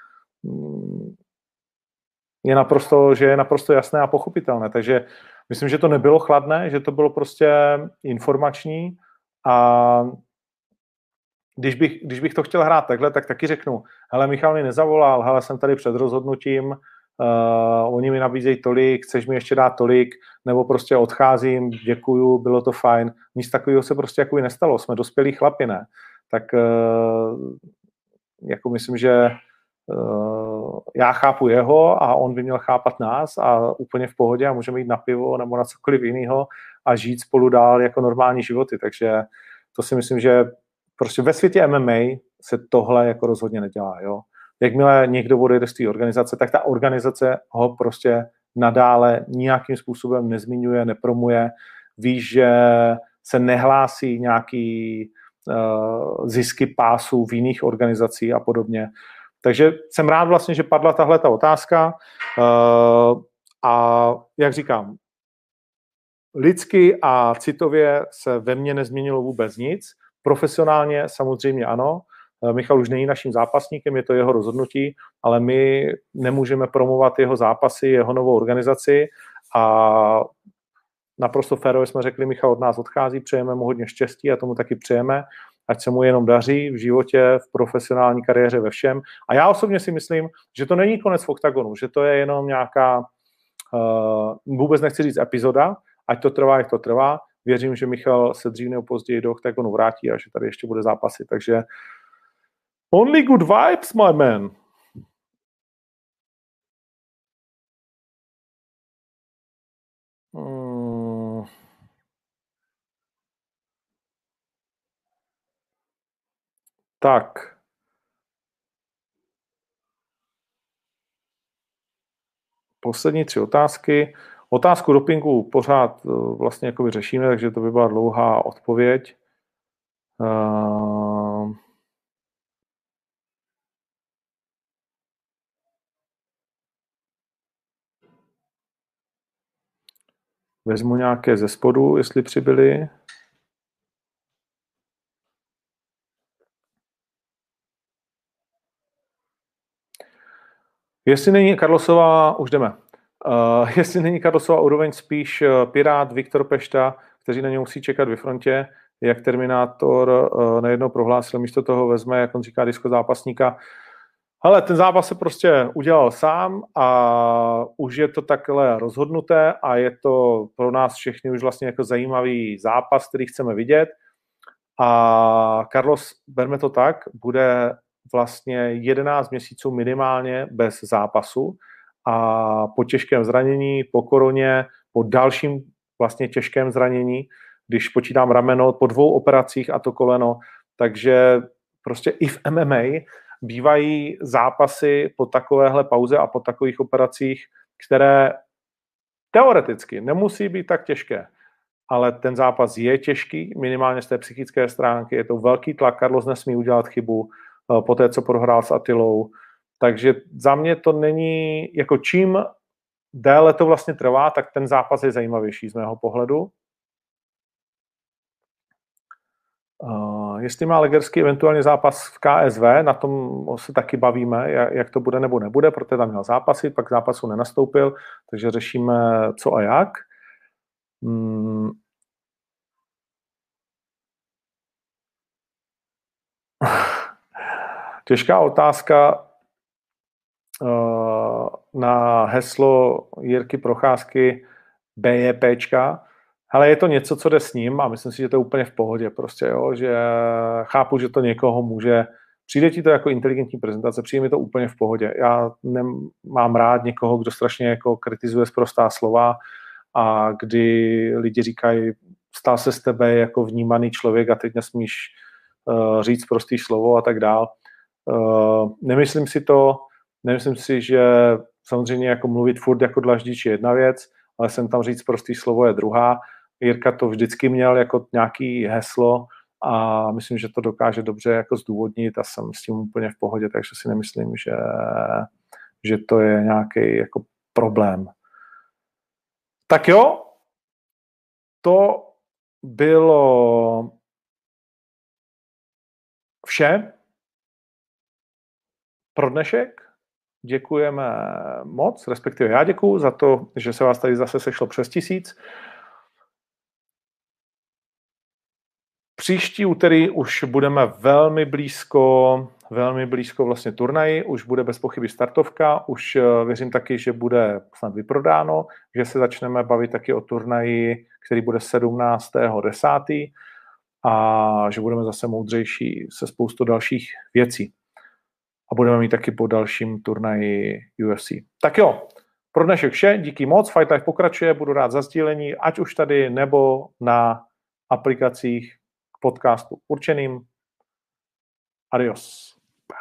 je naprosto jasné a pochopitelné. Takže myslím, že to nebylo chladné, že to bylo prostě informační a když bych to chtěl hrát takhle, tak taky řeknu, hele, Michal mi nezavolal, hele, jsem tady před rozhodnutím, oni mi nabízejí tolik, chceš mi ještě dát tolik, nebo prostě odcházím, děkuju, bylo to fajn. Nic takového se prostě jako nestalo, jsme dospělí chlapi, ne? Tak jako myslím, že já chápu jeho a on by měl chápat nás a úplně v pohodě a můžeme jít na pivo nebo na cokoliv jiného a žít spolu dál jako normální životy, takže to si myslím, že prostě ve světě MMA se tohle jako rozhodně nedělá, jo. Jakmile někdo odejde z té organizace, tak ta organizace ho prostě nadále nějakým způsobem nezmiňuje, nepromuje. Víš, že se nehlásí nějaký zisky pásů v jiných organizacích a podobně. Takže jsem rád vlastně, že padla tahle ta otázka a jak říkám, lidsky a citově se ve mně nezměnilo vůbec nic. Profesionálně samozřejmě ano. Michal už není naším zápasníkem, je to jeho rozhodnutí, ale my nemůžeme promovat jeho zápasy, jeho novou organizaci a naprosto férově jsme řekli, Michal od nás odchází, přejeme mu hodně štěstí a tomu taky přejeme, ať se mu jenom daří v životě, v profesionální kariéře, ve všem. A já osobně si myslím, že to není konec v oktagonu, že to je jenom nějaká, vůbec nechci říct epizoda, ať to trvá, jak to trvá. Věřím, že Michal se dřív nebo později do oktagonu vrátí a že tady ještě bude zápasy, takže only good vibes, my man. Tak. Poslední 3 otázky. Otázku dopingu pořád vlastně jakoby řešíme, takže to by byla dlouhá odpověď. Vezmu nějaké ze spodu, jestli přibyly. Jestli není Carlosová, už jdeme. Jestli není Carlosová úroveň spíš Pirát, Viktor Pešta, kteří na ně musí čekat ve frontě, jak Terminátor najednou prohlásil, místo toho vezme, jak on říká, disko zápasníka. Hele, ten zápas se prostě udělal sám a už je to takhle rozhodnuté a je to pro nás všechny už vlastně jako zajímavý zápas, který chceme vidět. A Carlos, berme to tak, bude vlastně 11 měsíců minimálně bez zápasu a po těžkém zranění, po koroně, po dalším vlastně těžkém zranění, když počítám rameno, po 2 operacích a to koleno, takže prostě i v MMA bývají zápasy po takovéhle pauze a po takových operacích, které teoreticky nemusí být tak těžké, ale ten zápas je těžký, minimálně z té psychické stránky, je to velký tlak, Carlos nesmí udělat chybu po té, co prohrál s Attilou, takže za mě to není, jako čím déle to vlastně trvá, tak ten zápas je zajímavější z mého pohledu. Jestli má Legersky eventuálně zápas v KSV, na tom se taky bavíme, jak to bude nebo nebude, protože tam měl zápasy, pak zápasu nenastoupil, takže řešíme co a jak. Těžká otázka na heslo Jirky Procházky BJPčka. hele, je to něco, co jde s ním a myslím si, že to je úplně v pohodě prostě, jo, že chápu, že to někoho může, přijde ti to jako inteligentní prezentace, přijde mi to úplně v pohodě. Já mám rád někoho, kdo strašně jako kritizuje sprostá slova a kdy lidi říkají, stal se z tebe jako vnímaný člověk a teď nesmíš říct prostý slovo a tak dál. Nemyslím si, že samozřejmě jako mluvit furt jako dlaždič je jedna věc, ale jsem tam říct prostý slovo je druhá. Jirka to vždycky měl jako nějaký heslo a myslím, že to dokáže dobře jako zdůvodnit a jsem s tím úplně v pohodě, takže si nemyslím, že to je nějaký jako problém. Tak jo, to bylo vše pro dnešek. Děkujeme moc, respektive já děkuju za to, že se vás tady zase sešlo přes 1000. Příští úterý už budeme velmi blízko vlastně turnaji, už bude bez pochyby startovka, už věřím taky, že bude snad vyprodáno, že se začneme bavit taky o turnaji, který bude 17.10. a že budeme zase moudřejší se spoustou dalších věcí. A budeme mít taky po dalším turnaji UFC. Tak jo, pro dnešek vše, díky moc, Fight Life pokračuje, budu rád za sdílení, ať už tady nebo na aplikacích k podcastu určeným. Adios.